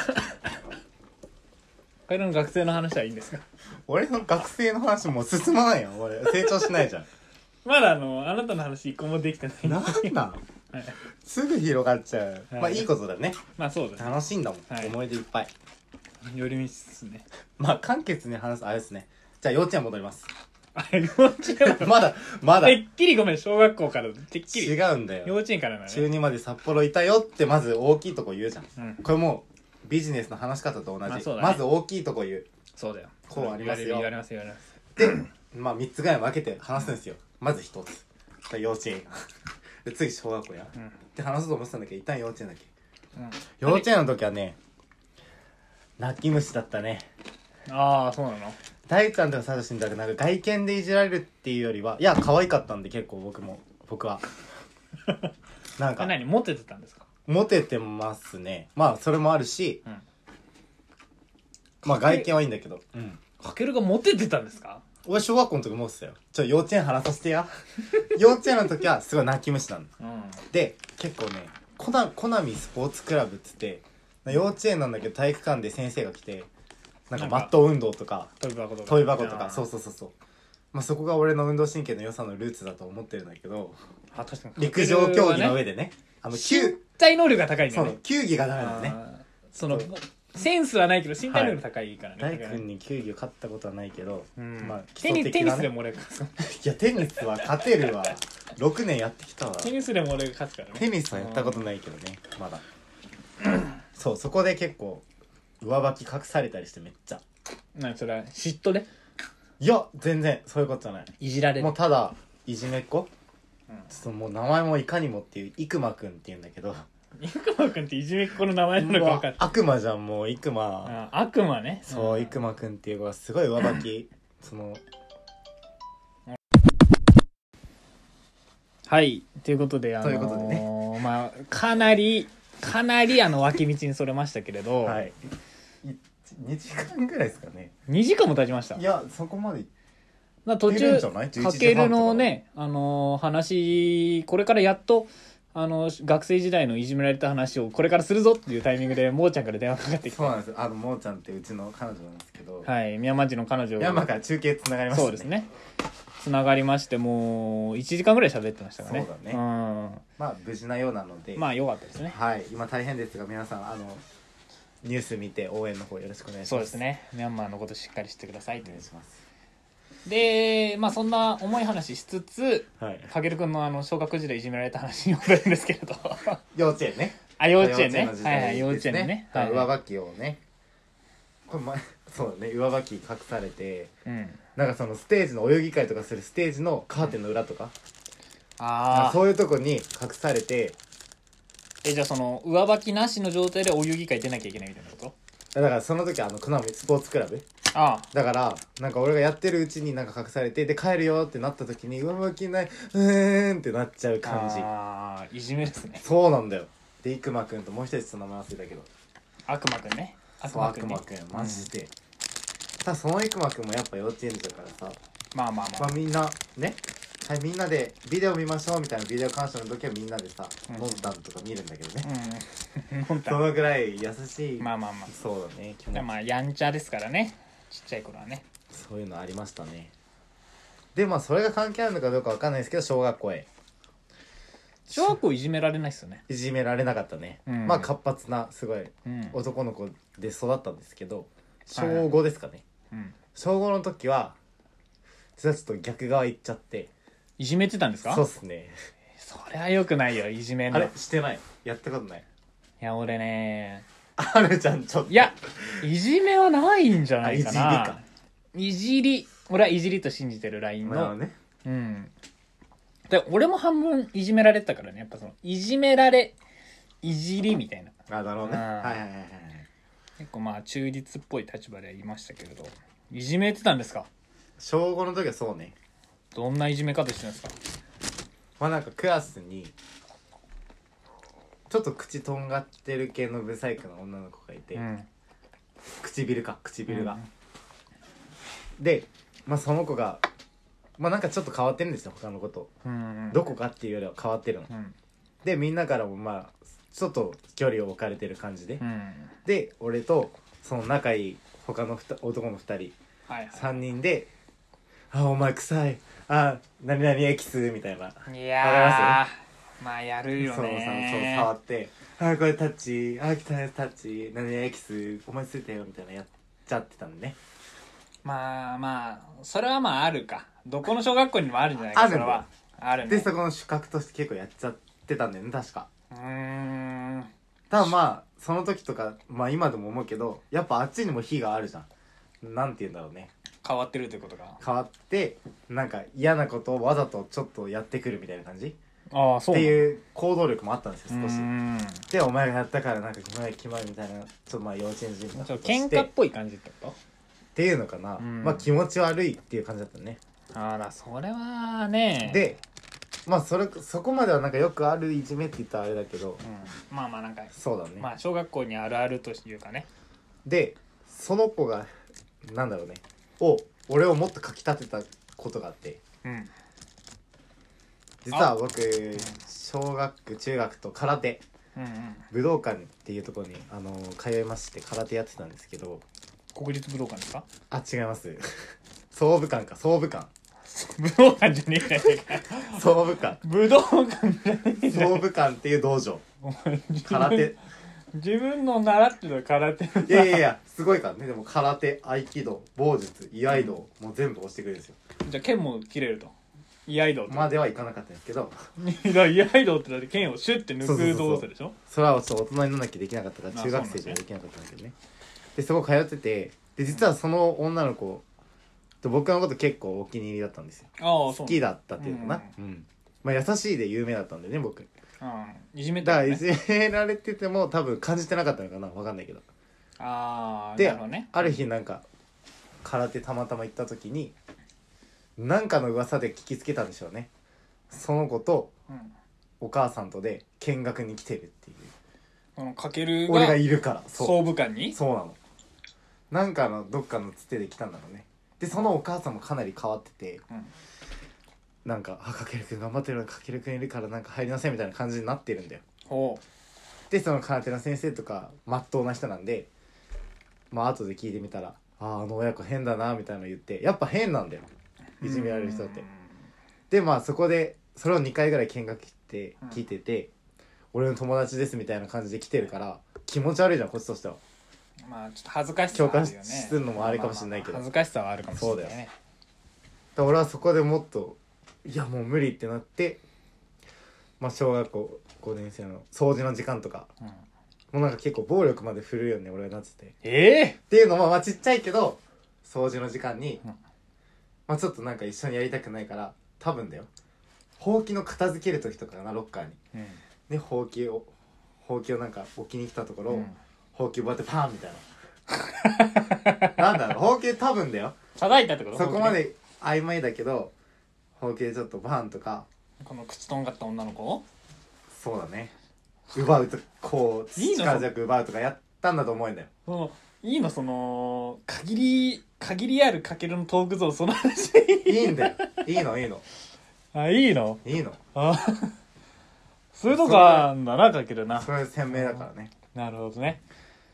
Speaker 2: けるの学生の話はいいんですか
Speaker 1: 俺の学生の話もう進まないやん俺成長しないじゃん
Speaker 2: まだあのあなたの話一個もできてない
Speaker 1: なんなん
Speaker 2: はい、
Speaker 1: すぐ広がっちゃう、
Speaker 2: はい
Speaker 1: まあいいことだね
Speaker 2: まあそうですね
Speaker 1: 楽しいんだもん、
Speaker 2: はい
Speaker 1: 思い出いっぱい
Speaker 2: 寄り道っすね
Speaker 1: まあ簡潔に話すあれですねじゃあ幼稚園戻ります
Speaker 2: あれ幼稚園
Speaker 1: まだまだ
Speaker 2: てっきりごめん小学校からてっきり
Speaker 1: 違うんだよ
Speaker 2: 幼稚園からなの
Speaker 1: 中
Speaker 2: ね
Speaker 1: にまで札幌いたよってまず大きいとこ言うじゃん
Speaker 2: うん
Speaker 1: これもうビジネスの話し方と同じ、
Speaker 2: まあそうだね
Speaker 1: まず大きいとこ言う
Speaker 2: そうだよ
Speaker 1: こうありますよ
Speaker 2: 言われます言われます
Speaker 1: でまあみっつぐらい分けて話すんですよまずひとつ幼稚園で次小学校や、
Speaker 2: うん
Speaker 1: って話そうと思ってたんだけど一旦幼稚園だけ
Speaker 2: うん
Speaker 1: 幼稚園の時はね泣き虫だったね
Speaker 2: ああそうなの
Speaker 1: 大ちゃんとかサトシみたいななんか外見でいじられるっていうよりはいや可愛かったんで結構僕も僕はなんか
Speaker 2: え何モテてたんですか
Speaker 1: モテてますねまあそれもあるし、
Speaker 2: うん
Speaker 1: まあ外見はいいんだけど、うん、
Speaker 2: かけるがモテてたんですか
Speaker 1: 俺小学校の時モテてたよちょ幼稚園話させてや幼稚園の時はすごい泣き虫なの
Speaker 2: うん
Speaker 1: で結構ねコナコナミスポーツクラブっつって幼稚園なんだけど体育館で先生が来てなんかマット運動とか
Speaker 2: 飛び箱とか
Speaker 1: 跳び箱とかそう
Speaker 2: う
Speaker 1: そうそうそうまあそこが俺の運動神経の良さのルーツだと思ってるんだけど
Speaker 2: あ確かに
Speaker 1: 陸上競技の上
Speaker 2: で
Speaker 1: でねあの
Speaker 2: 身
Speaker 1: 球
Speaker 2: 体能力が高いんだ
Speaker 1: そ
Speaker 2: よね
Speaker 1: う球技がダメだよね
Speaker 2: あーその
Speaker 1: そう
Speaker 2: センスはないけど身体能力高いからね、
Speaker 1: 大君に球技を勝ったことはないけど、
Speaker 2: うん
Speaker 1: まあ基
Speaker 2: テ
Speaker 1: 礎的なね
Speaker 2: ニテニスでも俺が勝つ
Speaker 1: いやテニスは勝てるわろくねんやってきたわ
Speaker 2: テニスでも俺が勝つからね
Speaker 1: テニスはやったことないけどねまだそうそこで結構上履き隠されたりしてめっちゃ
Speaker 2: 何それは嫉妬で
Speaker 1: いや全然そういうことじゃない
Speaker 2: いじられる
Speaker 1: もうただいじめっ子、
Speaker 2: うん
Speaker 1: ちょっともう名前もいかにもっていう生馬くんっていうんだけど
Speaker 2: 生馬くんっていじめっ子の名前なのか分かんない
Speaker 1: 悪魔じゃんもう生馬
Speaker 2: あ悪魔ね
Speaker 1: そう生馬くんっていう子がすごい上履きその
Speaker 2: はいということであのー、
Speaker 1: ということでね
Speaker 2: まあかなりかなりあの脇道にそれましたけれど、
Speaker 1: はいにじかんぐらいですかね
Speaker 2: にじかんも経ちました
Speaker 1: いやそこまで
Speaker 2: まあ途
Speaker 1: いるん
Speaker 2: 中
Speaker 1: じゃない
Speaker 2: かけるのねあのー話これからやっとあの学生時代のいじめられた話をこれからするぞっていうタイミングでもーちゃんから電話かかってきて
Speaker 1: そうなんですあのもーちゃんってうちの彼女なんですけど、
Speaker 2: はい宮町の彼女
Speaker 1: 山から中継つながりましたね
Speaker 2: そうですねつながりまして、もういちじかんぐらい喋ってましたからね。
Speaker 1: そうだね、
Speaker 2: ん、
Speaker 1: まあ無事なようなので、
Speaker 2: まあ良かったですね。
Speaker 1: はい、今大変ですが皆さんあのニュース見て応援の方よろしくお願いします。
Speaker 2: そうですね、ミャンマーのことしっかりしてくださいと
Speaker 1: お願いします。
Speaker 2: で、まあそんな重い話しつつ、
Speaker 1: はい、
Speaker 2: かけるくんのあの小学時代いじめられた話に戻るんですけれど
Speaker 1: 幼稚園ね、
Speaker 2: あ、幼稚園ね、
Speaker 1: 幼稚園の時代
Speaker 2: はいはい、幼稚園のね、はい
Speaker 1: 上履きをね、これ前そうだね、上履き隠されて、
Speaker 2: うん、
Speaker 1: なんかそのステージの泳ぎ会とかするステージのカーテンの裏とか、
Speaker 2: ああ、
Speaker 1: そういうとこに隠されて、
Speaker 2: え、じゃあその上履きなしの状態でお遊戯会出なきゃいけないみたいなこと？
Speaker 1: だからその時あのクナミスポーツクラブ
Speaker 2: ああ、
Speaker 1: だからなんか俺がやってるうちになんか隠されて、で帰るよってなった時に上履きないうーんってなっちゃう感じ。
Speaker 2: ああ、いじめですね。
Speaker 1: そうなんだよ。でイクマくんともう一つ名前忘れたけど、
Speaker 2: 悪魔くんね、悪
Speaker 1: そう
Speaker 2: 魔くんね、
Speaker 1: 悪魔くんマジで、ただそのイクマくんもやっぱ幼稚園児だからさ、
Speaker 2: まあまあまあ、
Speaker 1: まあみんなね、はい、みんなでビデオ見ましょうみたいなビデオ鑑賞の時はみんなでさ、
Speaker 2: うん
Speaker 1: モンタンとか見るんだけどね、
Speaker 2: うん本当
Speaker 1: そのぐらい優しい、
Speaker 2: まあまあまあ、
Speaker 1: そうだね、気持ち
Speaker 2: まあやんちゃですからね、ちっちゃい頃はね。
Speaker 1: そういうのありましたね。でまあそれが関係あるのかどうかわかんないですけど、小学校へ
Speaker 2: 小学校いじめられないっすよね。
Speaker 1: いじめられなかったね、
Speaker 2: うん
Speaker 1: まあ活発なすごい
Speaker 2: うん
Speaker 1: 男の子で育ったんですけど、小ごですかね、
Speaker 2: うん
Speaker 1: 小ごの時は実はちょっと逆側行っちゃって。
Speaker 2: いじめてたんですか？
Speaker 1: そうっすね。
Speaker 2: それはよくないよ、いじめんの。
Speaker 1: あれ
Speaker 2: い
Speaker 1: してない、やったことない。
Speaker 2: や俺ね、
Speaker 1: あるじゃんちょっと。
Speaker 2: いやいじめはないんじゃないかな。
Speaker 1: あいじりか、
Speaker 2: いじり、俺はいじりと信じてるラインの、
Speaker 1: なるほどね。
Speaker 2: うんで俺も半分いじめられてたからね、やっぱそのいじめられいじりみたいな、
Speaker 1: あ、なるほどね、
Speaker 2: うん
Speaker 1: はいはいはいはい。
Speaker 2: 結構まあ中立っぽい立場ではいましたけれど、いじめてたんですか？
Speaker 1: 小ごの時はそうね。
Speaker 2: どんないじめ方してるんですか？
Speaker 1: まあなんかクラスにちょっと口とんがってる系のブサイクな女の子がいて、
Speaker 2: うん、
Speaker 1: 唇か唇が、
Speaker 2: うん、
Speaker 1: でまあその子がまあなんかちょっと変わってるんですよ、他の子と、
Speaker 2: うん、
Speaker 1: どこかっていうよりは変わってるの、
Speaker 2: うん、
Speaker 1: でみんなからもまあちょっと距離を置かれてる感じで、
Speaker 2: うん、
Speaker 1: で俺とその仲いい他のふた男のふたり、
Speaker 2: はいはい、
Speaker 1: さんにんで「あお前臭い、あ何々エキス」みたいな、
Speaker 2: いやー
Speaker 1: わか
Speaker 2: まあやるよ
Speaker 1: そうそうそう
Speaker 2: ね
Speaker 1: 触って「あこれタッチ、あ汚いタッチ、何々エキスお前ついたよ」みたいなやっちゃってたんでね。
Speaker 2: まあまあそれはまああるか、どこの小学校にもあるんじゃないか、
Speaker 1: あるんだ
Speaker 2: それはあるね。
Speaker 1: でそこの主角として結構やっちゃってたんだよね確か。
Speaker 2: うーん、
Speaker 1: ただまあその時とかまあ今でも思うけど、やっぱあっちにも火があるじゃん、なんて言うんだろうね、
Speaker 2: 変わってるということが。
Speaker 1: 変わってなんか嫌なことをわざとちょっとやってくるみたいな感じ
Speaker 2: ああ、そう
Speaker 1: って
Speaker 2: う
Speaker 1: いう行動力もあったんですよ少し。
Speaker 2: ーん、
Speaker 1: でお前がやったからなんかキモいキモいみたいな、ちょっとまあ幼稚園児みたいな
Speaker 2: ちょっ
Speaker 1: ことして
Speaker 2: と喧嘩っぽい感じってこ
Speaker 1: っていうのかな、
Speaker 2: うん
Speaker 1: まあ気持ち悪いっていう感じだったね。
Speaker 2: と？あらそれはね、
Speaker 1: でまあそれそこまではなんかよくあるいじめって言ったらあれだけど、
Speaker 2: うん、まあまあなんか
Speaker 1: そうだね、
Speaker 2: まあ小学校にあるあるというかね。
Speaker 1: でその子がなんだろうねを俺をもっとかきたてたことがあって、
Speaker 2: うん
Speaker 1: 実は僕小学中学と空手
Speaker 2: うんうん、
Speaker 1: 武道館っていうところにあの通いまして空手やってたんですけど。
Speaker 2: 国立武道館ですか？
Speaker 1: あ違います総武館か、総武館
Speaker 2: 武道館じゃねえじゃねえか
Speaker 1: 総武館
Speaker 2: 武道館じゃねえじゃね
Speaker 1: 総武館っていう道場
Speaker 2: えか、お前自分
Speaker 1: 空手
Speaker 2: 自分の習ってた空手
Speaker 1: いやいやいやすごいからね。でも空手、合気道、棒術、居合道もう全部押してくれるんですよ。
Speaker 2: じゃあ剣も切れると、居合道と、
Speaker 1: まではいかなかったんですけど、
Speaker 2: いや居合道ってだって剣をシュッて抜く動作でしょ。
Speaker 1: それはちょっと大人にならなきゃできなかったから
Speaker 2: あ
Speaker 1: 中学生じゃできなかったんだけどね。でそこ通ってて、で実はその女の子と僕のこと結構お気に入りだったんですよ。
Speaker 2: ああそう
Speaker 1: 好きだったっていうのかな、
Speaker 2: う
Speaker 1: うんまあ優しいで有名だったんでね僕。
Speaker 2: うんいじめ
Speaker 1: だからい
Speaker 2: たのね。
Speaker 1: じめられてても多分感じてなかったのかな、わかんないけど。
Speaker 2: ああ
Speaker 1: で
Speaker 2: なるほどね。
Speaker 1: ある日なんか空手たまたま行った時になんかの噂で聞きつけたんでしょうね。その子と
Speaker 2: うん
Speaker 1: お母さんとで見学に来てるっていう、
Speaker 2: このかけるが
Speaker 1: 俺がいるから。そう
Speaker 2: 総武館に。
Speaker 1: そうなの、なんかのどっかのつてで来たんだろうね。でそのお母さんもかなり変わってて、
Speaker 2: うん
Speaker 1: なんか「あかけるくん頑張ってるのかけるくんいるからなんか入りなさい」みたいな感じになってるんだよ。
Speaker 2: ほ
Speaker 1: でその空手の先生とかまっとうな人なんで、まあ後で聞いてみたら「あああの親子変だな」みたいなの言って、やっぱ変なんだよ。 いじめられる人ってでまあそこでそれをにかいぐらい見学って聞いてて、うん、俺の友達ですみたいな感じで来てるから気持ち悪いじゃんこっちとしては。
Speaker 2: まあちょっと恥ずかしさはあるよね。
Speaker 1: 共感するのもあれかもしれないけど、
Speaker 2: まあまあまあ恥ずかしさはあるかもしれないね。
Speaker 1: そうだよ。だから俺はそこでもっといやもう無理ってなって、まあ小学校ごねん生の掃除の時間とか、うん、もうなんか結構暴力まで振るうよね俺がなってて。
Speaker 2: ええー、
Speaker 1: っていうのもまあちっちゃいけど掃除の時間に、うん、まあちょっとなんか一緒にやりたくないから多分だよ。ほうきの片付ける時とかかなロッカーに、うん、でほうきをほうきをなんか置きに来たところ、うん、ほうきをこうやってパーンみたいななんだろうほうき多分だよ
Speaker 2: 叩いたってこと。
Speaker 1: そこまで曖昧だけどほうきでちょっとバーンとか。
Speaker 2: この口とんがった女の子
Speaker 1: そうだね奪うとこう力強く奪うとかやったんだと思うんだよ。
Speaker 2: そのいいのその限り限りあるかけるのトーク像その話
Speaker 1: いいんだよいいのいいの
Speaker 2: あいいの
Speaker 1: いいの
Speaker 2: あそういうとこあんだなかけるな。
Speaker 1: それ鮮明だからね。
Speaker 2: なるほどね。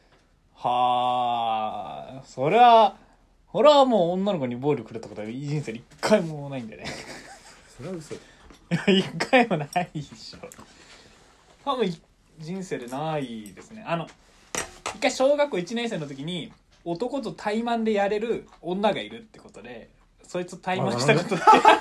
Speaker 2: はあそれは俺はもう女の子に暴力振るったことは人生で一回もないんだよね
Speaker 1: それは嘘。
Speaker 2: 一回もないでしょ多分人生でないですね。あの一回小学校いちねん生の時に男と対マンでやれる女がいるってことでそいつと対マンしたことで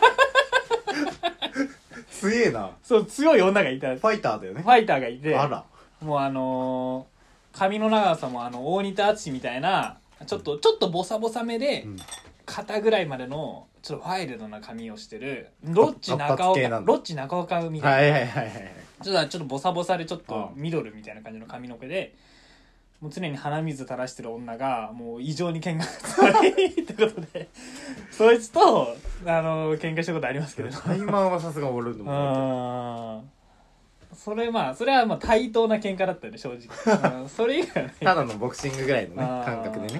Speaker 1: 強えな。
Speaker 2: そう強い女がいた。
Speaker 1: ファイターだよね。
Speaker 2: ファイターがいて
Speaker 1: あら
Speaker 2: もうあのー、髪の長さもあの大仁田敦みたいなちょっと、うん、ちょっとボサボサめで、うん、肩ぐらいまでのちょっとワイルドな髪をしてるロッチ中岡ロッチ中岡みたいな、はいはいはいはい、ちょっとちょっとボサボサでちょっとミドルみたいな感じの髪の毛でもう常に鼻水垂らしてる女がもう異常に喧嘩が強いってことでそいつとあの喧嘩したことありますけど
Speaker 1: タイマンはさすが俺のも
Speaker 2: それまあそれはまあ対等な喧嘩だったよね正直それ以外はね
Speaker 1: ただのボクシングぐらいのね感覚でね。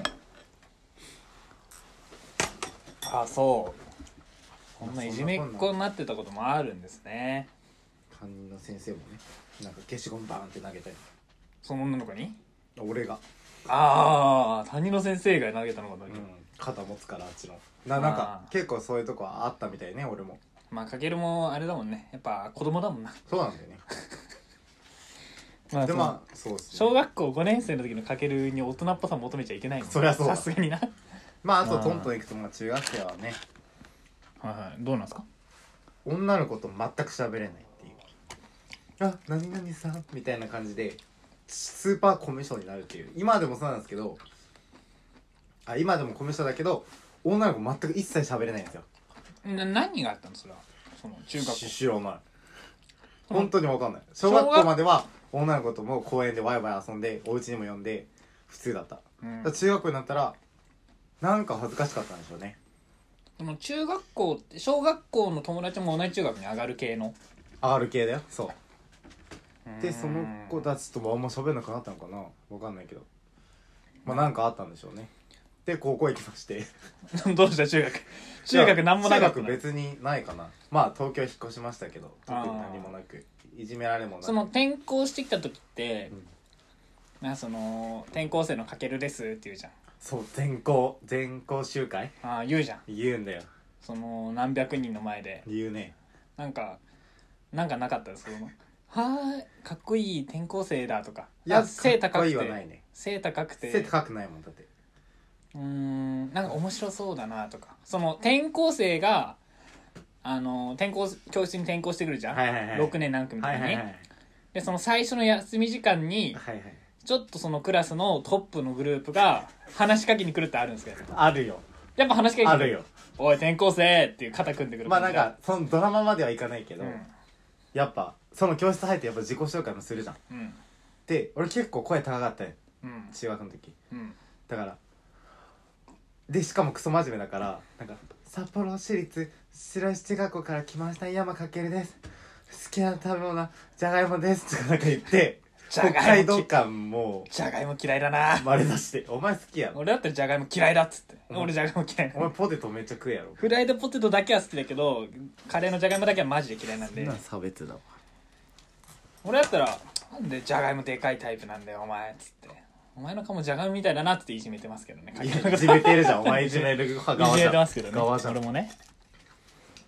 Speaker 2: あそうこんないじめっ子になってたこともあるんですね。
Speaker 1: 担任の先生もねなんか消しゴムバーンって投げたり
Speaker 2: その女の子に
Speaker 1: 俺が
Speaker 2: ああ担任の先生が投げたのかな、うん、
Speaker 1: 肩持つからあっちのななんか結構そういうとこはあったみたいね俺も。
Speaker 2: まあかけるもあれだもんねやっぱ子供だもんな。
Speaker 1: そうなんだよね
Speaker 2: まあ、
Speaker 1: でまあそうっすね
Speaker 2: 小学校ごねん生の時のかけるに大人っぽさ求めちゃいけないもんね。
Speaker 1: そりゃそうだ
Speaker 2: さすがにな
Speaker 1: まああとトントン行くとまあ中学生はね
Speaker 2: はいはいどうなんですか
Speaker 1: 女の子と全く喋れないっていうあ何々さんみたいな感じでスーパーコミュ障になるっていう今でもそうなんですけどあ今でもコミュ障だけど女の子全く一切喋れないんですよ。
Speaker 2: な何があったのそれはその中学校
Speaker 1: 知らない本当に分かんない。小学校までは女の子とも公園でワイワイ遊んでお家にも呼んで普通だった、うん、だ中学校になったらなんか恥ずかしかったんでしょうね。
Speaker 2: でも中学校って小学校の友達も同じ中学に上がる系の
Speaker 1: 上がる系だよそうでその子たちともあんま喋んなくなったのかな分かんないけどまあなんかあったんでしょうね。で高校行きまして
Speaker 2: どうした中学中学何もなかったの。
Speaker 1: 中学別にないかな。まあ東京引っ越しましたけど特に何もなくいじめられもなく
Speaker 2: その転校してきた時って、うん、なんかその転校生のかけるですって言うじゃん。
Speaker 1: そう全校全校集会
Speaker 2: ああ言うじゃん
Speaker 1: 言うんだよ。
Speaker 2: その何百人の前で
Speaker 1: 言うね。
Speaker 2: なんかなんかなかったですけどはーいかっこいい転校生だとか
Speaker 1: いや
Speaker 2: 背高くて
Speaker 1: かっこいいはないね。
Speaker 2: 背高くて
Speaker 1: 背高くないもんだって
Speaker 2: うーんなんか面白そうだなとかその転校生があの転校教室に転校してくるじゃん、
Speaker 1: はいはいはい、
Speaker 2: ろくねん何組とかに、はいはいはい、でその最初の休み時間に、はいはい、ちょっとそのクラスのトップのグループが話しかけに来るってあるんですけど
Speaker 1: あるよ
Speaker 2: やっぱ話しかけに来る
Speaker 1: あるよ
Speaker 2: おい転校生っていう肩組んでくる
Speaker 1: まあなんかそのドラマまではいかないけど、うん、やっぱその教室入ってやっぱ自己紹介もするじゃん、うん、で俺結構声高かったよ、うん、中学の時、うん、だからでしかもクソ真面目だからなんか札幌市立白石学校から来ました山かけるです好きな食べ物じゃがいもですとかなんか言って北海道感も
Speaker 2: じゃがいも嫌いだな
Speaker 1: 丸出してお前好きやろ
Speaker 2: 俺だったらじゃがいも嫌いだっつって俺じゃがいも嫌いな
Speaker 1: お前ポテトめっちゃ食えやろ
Speaker 2: フライドポテトだけは好きだけどカレーのじゃがいもだけはマジで嫌いなんで
Speaker 1: そんな差別だわ
Speaker 2: 俺だったらなんでじゃがいもでかいタイプなんだよお前っつってお前の顔もじゃがいもみたいだなっていじめてますけどね
Speaker 1: いやいじめてるじゃんお前いじめる側じゃん
Speaker 2: いじめてますけどね俺もね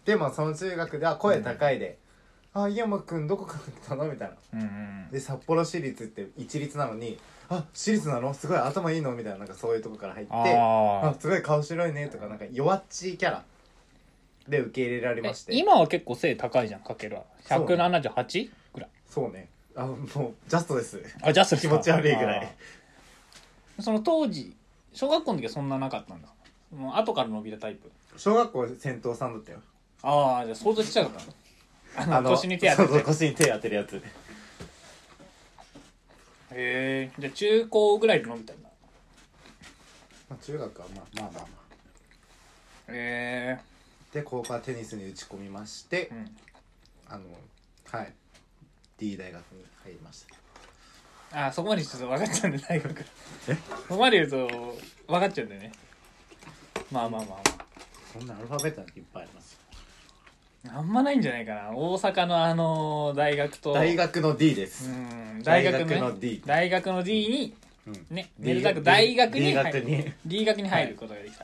Speaker 1: でもその中学では声高いで「あ井山くんどこから来たの?」みたいな。
Speaker 2: うんうん
Speaker 1: で札幌市立って一律なのに「あ私立なのすごい頭いいの?」みたいな、なんかそういうとこから入って「あ
Speaker 2: あ
Speaker 1: すごい顔白いね」とか、なんか弱っちいキャラで受け入れられまして、
Speaker 2: 今は結構背高いじゃんかけるは ひゃくななじゅうはち ぐらい。
Speaker 1: そうね、あもうジャストです
Speaker 2: あジャストですか。
Speaker 1: 気持ち悪いぐらい。
Speaker 2: あーその当時小学校の時はそんななかったんだ。もう後から伸びたタイプ。
Speaker 1: 小学校先頭さんだったよ。
Speaker 2: ああじゃあ相当ちっちゃかったの。あ
Speaker 1: あの
Speaker 2: の腰に手当てて。
Speaker 1: そうそう腰に手当てるやつ。
Speaker 2: へえじゃあ中高ぐらいで伸びたんだ。
Speaker 1: まあ、中学はまあまあまあまあ
Speaker 2: へえ
Speaker 1: で高校はテニスに打ち込みまして、
Speaker 2: うん
Speaker 1: あのはい D 大学に入りました。
Speaker 2: あーそこまでちょっと分かっちゃうんだよ大学。
Speaker 1: え
Speaker 2: そこまで言うと分かっちゃうんだよね。まあまあまあまあ
Speaker 1: そんなアルファベットなんていっぱいあります。
Speaker 2: あんまないんじゃないかな大阪のあの大学と
Speaker 1: 大学の D で
Speaker 2: う
Speaker 1: す、
Speaker 2: ん大学の,、ね、
Speaker 1: 大学の D
Speaker 2: 大学の D に
Speaker 1: うん
Speaker 2: ね
Speaker 1: D
Speaker 2: めでたく大学に
Speaker 1: D
Speaker 2: 入る
Speaker 1: 学に
Speaker 2: D 学に入ることができた、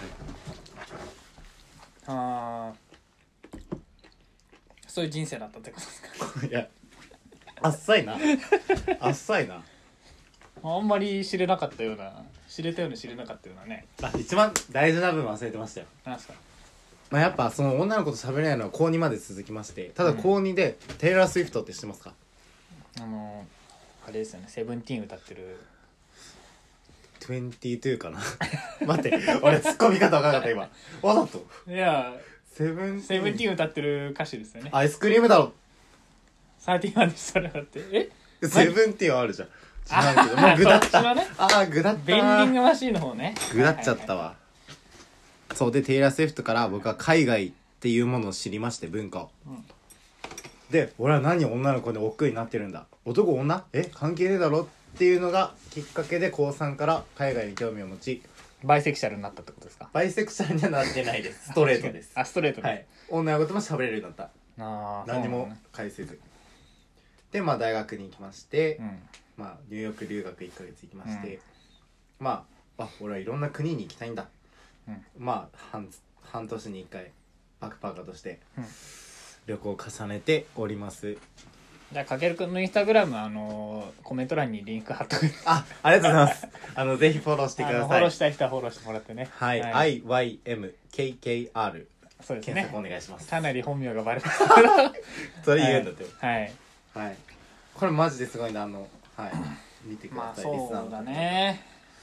Speaker 2: あーそういう人生だったってことですか。
Speaker 1: いやあっさいなあっさいな
Speaker 2: あんまり知れなかったような知れたような知れなかったようなね。
Speaker 1: あ一番大事な部分忘れてましたよ。
Speaker 2: なんすか。
Speaker 1: まあ、やっぱその女の子と喋れないのは高にまで続きまして、ただ高にでテイラー・スウィフトって知ってますか？
Speaker 2: あのあれですよねセブンティーン歌ってる
Speaker 1: にじゅうにかな待って俺ツッコミ方分かんなかった今わざと
Speaker 2: いや
Speaker 1: セブン
Speaker 2: セブンティーン歌ってる歌手ですよね。
Speaker 1: アイスクリームだろ。
Speaker 2: サーティワンでそれだってえ
Speaker 1: セブンティーンはあるじゃん。知らんけどもうグダった、
Speaker 2: そっちのね
Speaker 1: あーグダった
Speaker 2: ベンディングマシーンの方ね。
Speaker 1: グダっちゃったわ、そうでテイラー・スウィフトから僕は海外っていうものを知りまして、文化を、うん、で俺は何女の子で億劫になってるんだ、男女え関係ねえだろっていうのがきっかけで高さんから海外に興味を持ち、
Speaker 2: バイセクシャルになったってことですか？
Speaker 1: バイセクシャルにはなってないですストレートです
Speaker 2: あストレートで、
Speaker 1: はい、女の子とも喋れるようになった。
Speaker 2: あ
Speaker 1: 何も返せずでまあ大学に行きまして、
Speaker 2: うん、
Speaker 1: まあニューヨーク留学いっかげつ行きまして、うん、まああ俺はいろんな国に行きたいんだ、うん、まあ半半年にいっかいバックパーカーとして旅行を重ねております、うん、
Speaker 2: じゃあかけるくんのインスタグラムあのー、コメント欄にリンク貼っとく
Speaker 1: あありがとうございますあのぜひフォローしてください。
Speaker 2: フォローしたい人はフォローしてもらってね。
Speaker 1: はい、はい、アイワイエムケーケーアール
Speaker 2: そうですね、
Speaker 1: 検索お願いします。
Speaker 2: かなり本名がバレます
Speaker 1: それ言うんだって
Speaker 2: はい、
Speaker 1: はい、これマジですごいな、あのはい見てください、
Speaker 2: まあそうだね。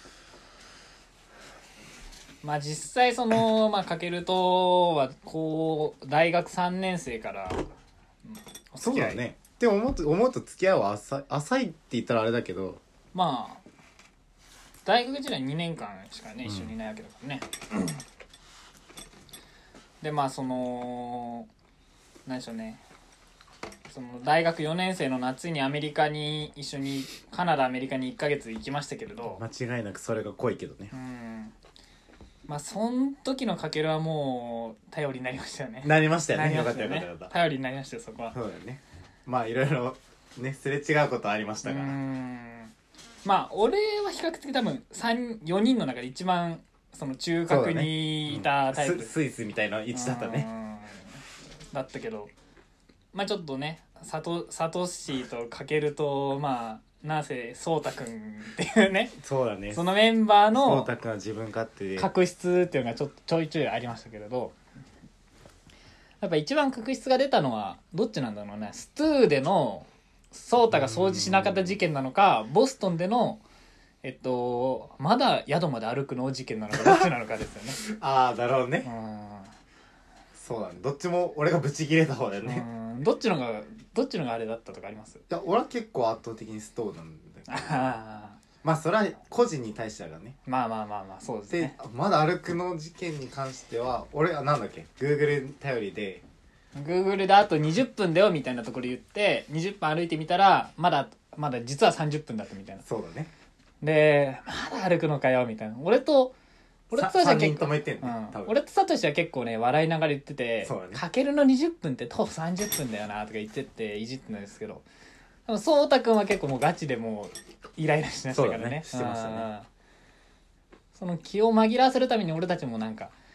Speaker 2: まあ実際そのまあかけるとはこう大学さんねん生から
Speaker 1: そうだねって思うと思うと付き合いは浅い浅いって言ったらあれだけど、
Speaker 2: まあ大学時代にねんかんしかね一緒にいないわけだからね、うん、でまあその何でしょうね、その大学よねん生の夏にアメリカに一緒にカナダアメリカにいっかげつ行きましたけれど、
Speaker 1: 間違いなくそれが濃いけどね、
Speaker 2: うんまあその時のかけるはもう頼りになりましたよね。
Speaker 1: なりましたよね。
Speaker 2: よかった
Speaker 1: よかったよかった。
Speaker 2: 頼りになりましたよそこは。
Speaker 1: そうだよね。まあいろいろねすれ違うことありましたが、
Speaker 2: うんまあ俺は比較的多分さん、よにんの中で一番その中核にいたタイプ、
Speaker 1: ねうん、ス, スイスみたいな位置だったね。
Speaker 2: だったけどまあちょっとねサトサトシとかけるとまあなんせそうたくんっていうね、
Speaker 1: そうだね、
Speaker 2: そのメンバーの
Speaker 1: そうたくんは自分勝手で
Speaker 2: 確執っていうのがちょっとちょいちょいありましたけれど、やっぱ一番確執が出たのはどっちなんだろうね。ストゥーでのソータが掃除しなかった事件なのか、ボストンでのえっとまだ宿まで歩くの事件なのかどっちなのかですよね
Speaker 1: ああだろうね、
Speaker 2: うん
Speaker 1: そうだね、どっちも俺がブチ切れた方だよね。
Speaker 2: うんどっちのがどっちのがあれだったとかあります？
Speaker 1: いや俺は結構圧倒的にストーなんだけど
Speaker 2: あ
Speaker 1: まあそれは個人に対してはね、
Speaker 2: まあまあまあまあそうですね。
Speaker 1: でまだ歩くの事件に関しては俺はなんだっけ Google 頼りで
Speaker 2: Google であとにじゅっぷんだよみたいなところ言ってにじゅっぷん歩いてみたらまだまだ実はさんじゅっぷんだったみたいな。
Speaker 1: そうだね。
Speaker 2: でまだ歩くのかよみたいな。俺と俺とサトシは結構、うん、俺とサトシは結構ね笑いながら言ってて、
Speaker 1: そうだね、
Speaker 2: かけるのにじゅっぷんって徒歩さんじゅっぷんだよなとか言ってっていじってたんですけど、でもそうたくんは結構もうガチでもうイライラしてましたからね。
Speaker 1: そうだねしてましたね。
Speaker 2: その気を紛らわせるために俺たちもなんか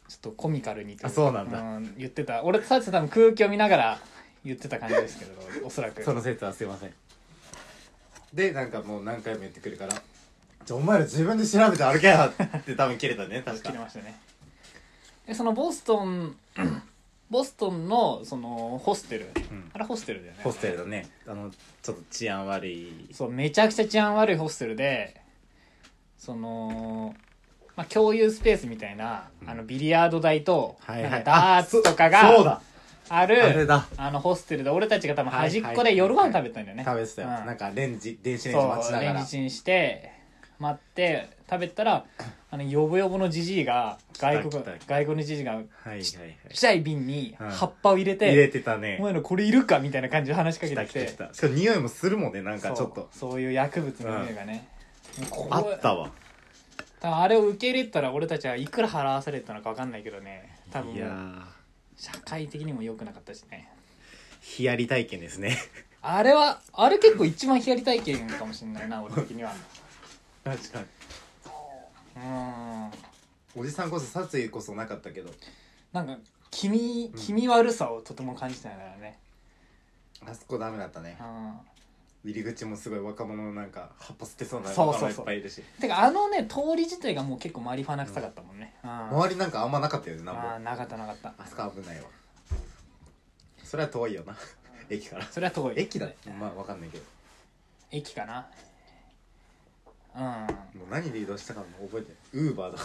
Speaker 2: ちょっとコミカルにというか
Speaker 1: あそうなんだ、
Speaker 2: ん、言ってた。俺たち多分空気を見ながら言ってた感じですけどおそらく
Speaker 1: その説はすいません。でなんかもう何回も言ってくるから、じゃあお前ら自分で調べて歩けよって多分切れたね確か
Speaker 2: 切れましたね。でそのボストンボストンのそのホステル、
Speaker 1: ん
Speaker 2: あれホステルだよね。
Speaker 1: ホステルだね。あのちょっと治安悪い。
Speaker 2: そうめちゃくちゃ治安悪いホステルで、そのまあ共有スペースみたいな、うん、あのビリヤード台と、
Speaker 1: はいはい、
Speaker 2: なんかダーツとかが
Speaker 1: そうだ
Speaker 2: ある
Speaker 1: あれだ
Speaker 2: あのホステルで、俺たちが多分端っこで夜ご飯食べたんだよね。
Speaker 1: 食べてたよ、
Speaker 2: うん、
Speaker 1: なんかレンジ電子レンジ待ちながら
Speaker 2: そうレンジチンして待って食べたら、あのヨボヨボのジジイが外国外国のジジイがちっちゃい瓶に葉っぱを入れて、
Speaker 1: 入れてたね。
Speaker 2: お前のこれいるかみたいな感じで話しかけてきて、
Speaker 1: しかも匂いもするもんね、なんかちょっと
Speaker 2: そう、そういう薬物の匂いがね、
Speaker 1: うん、あったわ。
Speaker 2: 多分あれを受け入れたら俺たちはいくら払わされたのか分かんないけどね、多分
Speaker 1: いや
Speaker 2: 社会的にも良くなかったしね。
Speaker 1: ヒヤリ体験ですね
Speaker 2: あれはあれ結構一番ヒヤリ体験かもしれないな俺的には
Speaker 1: 確かに。
Speaker 2: うん、
Speaker 1: おじさんこそ殺意こそなかったけど、
Speaker 2: なんか気味気味悪さをとても感じたよね、
Speaker 1: うん、あそこダメだったね。入り口もすごい若者のなんか葉っぱ吸ってそうな若者いっぱいいるし。そうそうそう。
Speaker 2: てかあのね通り自体がもう結構マリファナ臭かったもんね、うん、
Speaker 1: 周りなんかあんまなかったよね。なん
Speaker 2: ああなかったなかった。
Speaker 1: あそこ危ないわ。それは遠いよな駅から。
Speaker 2: それは遠い。
Speaker 1: 駅だまあ分かんないけど
Speaker 2: 駅かな。うん。
Speaker 1: もう何で移動したかも覚えてない。ウーバーだ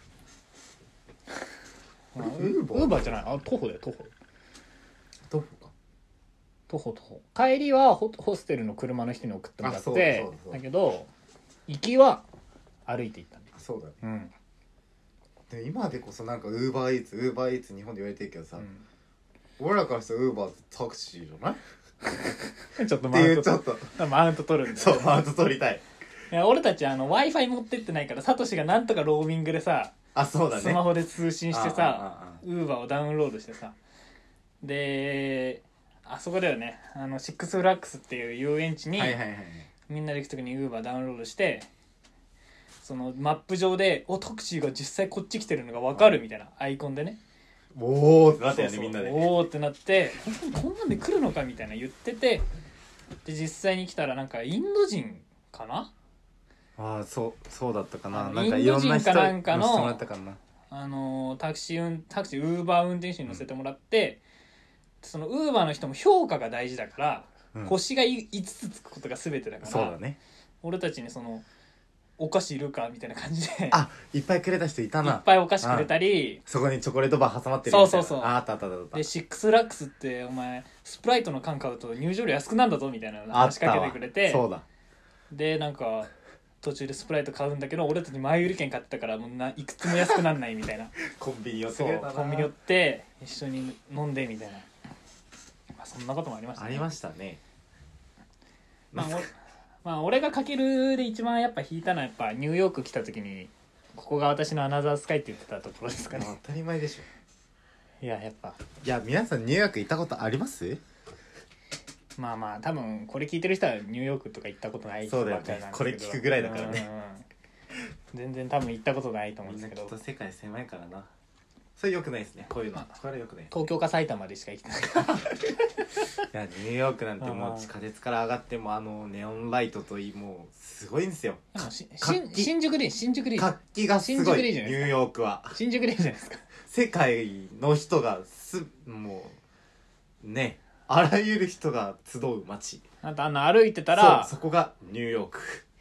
Speaker 2: ウーバーウーバーじゃない、あ徒歩だよ徒歩
Speaker 1: 徒歩か
Speaker 2: 徒歩徒歩。帰りはホ、ホステルの車の人に送ってもらって、そうそうそうだけど行きは歩いて行ったんだよ。
Speaker 1: そうだね、
Speaker 2: うん、
Speaker 1: でも今でこそなんかウーバーイーツウーバーイーツ日本で言われてるけどさ、うん、俺らからしたらウーバーってタクシーじゃない
Speaker 2: ちょっとマウント
Speaker 1: ちょっと
Speaker 2: マウント取るんだよ。
Speaker 1: そうマウント取りたい。
Speaker 2: いや俺たちあの Wi-Fi 持ってってないから、サトシがなんとかローミングでさ、
Speaker 1: あそうだね、
Speaker 2: スマホで通信してさウーバーをダウンロードしてさ、であそこだよね、あのシックスフラックスっていう遊園地に、はいはいはい、みんなで行く時にウーバーダウンロードして、そのマップ上でおタクシーが実際こっち来てるのが分かるみたいなアイコンでね、
Speaker 1: おーってなったよね。みんなで
Speaker 2: おーってなって、こんなんで来るのかみたいな言ってて、で実際に来たらなんかインド人かな、
Speaker 1: ああそうそうだったかな、
Speaker 2: なんかいろんな人かなんかの
Speaker 1: な
Speaker 2: あのタクシータクシーウーバー運転手に乗せてもらって、うん、そのウーバーの人も評価が大事だから、うん、星がいつつつくことが全てだから、
Speaker 1: そうだね、
Speaker 2: 俺たちにそのお菓子いるかみたいな感じで、
Speaker 1: あいっぱいくれた人いたな。
Speaker 2: いっぱいお菓子くれたり、
Speaker 1: そこにチョコレートバー挟まってるみたいな。
Speaker 2: そうそうそう、
Speaker 1: ああったあったあった。
Speaker 2: でシックスラックスってお前スプライトの缶買うと入場料安くなんだぞみたいな話しかけてくれて、
Speaker 1: そうだ
Speaker 2: でなんか途中でスプライト買うんだけど、俺たち前売り券買ってたからもうないくつも安くなんないみたいな
Speaker 1: コンビニ寄って
Speaker 2: そ
Speaker 1: くれたな。
Speaker 2: うコンビニ寄って一緒に飲んでみたいな、まあ、そんなこともありましたね。
Speaker 1: ありましたね。
Speaker 2: まあまあ俺がかけるで一番やっぱ引いたのはやっぱニューヨーク来た時に、ここが私のアナザースカイって言ってたところですかね。
Speaker 1: 当たり前でし
Speaker 2: ょ。いややっぱ
Speaker 1: いや皆さんニューヨーク行ったことあります？
Speaker 2: まあまあ多分これ聞いてる人はニューヨークとか行ったことない人ばっかりなんですけど、
Speaker 1: そうだよね、これ聞くぐらいだからね、
Speaker 2: うん、全然多分行ったことないと思うんですけど、
Speaker 1: みんなきっと世界狭いからな。それ良くないですね、こういうのは。これは良くない。
Speaker 2: 東京か埼玉でしか行ってないい
Speaker 1: やニューヨークなんてもう地下鉄から上がってもあのネオンライトといい、もうすごいんですよ。
Speaker 2: 新宿でいい新宿でいい
Speaker 1: 活気がすごい。ニューヨークは
Speaker 2: 新宿でいいじゃないですか。
Speaker 1: 世界の人がすもうね、あらゆる人が集う街。
Speaker 2: あとあの歩いてたら、
Speaker 1: そうそこがニューヨーク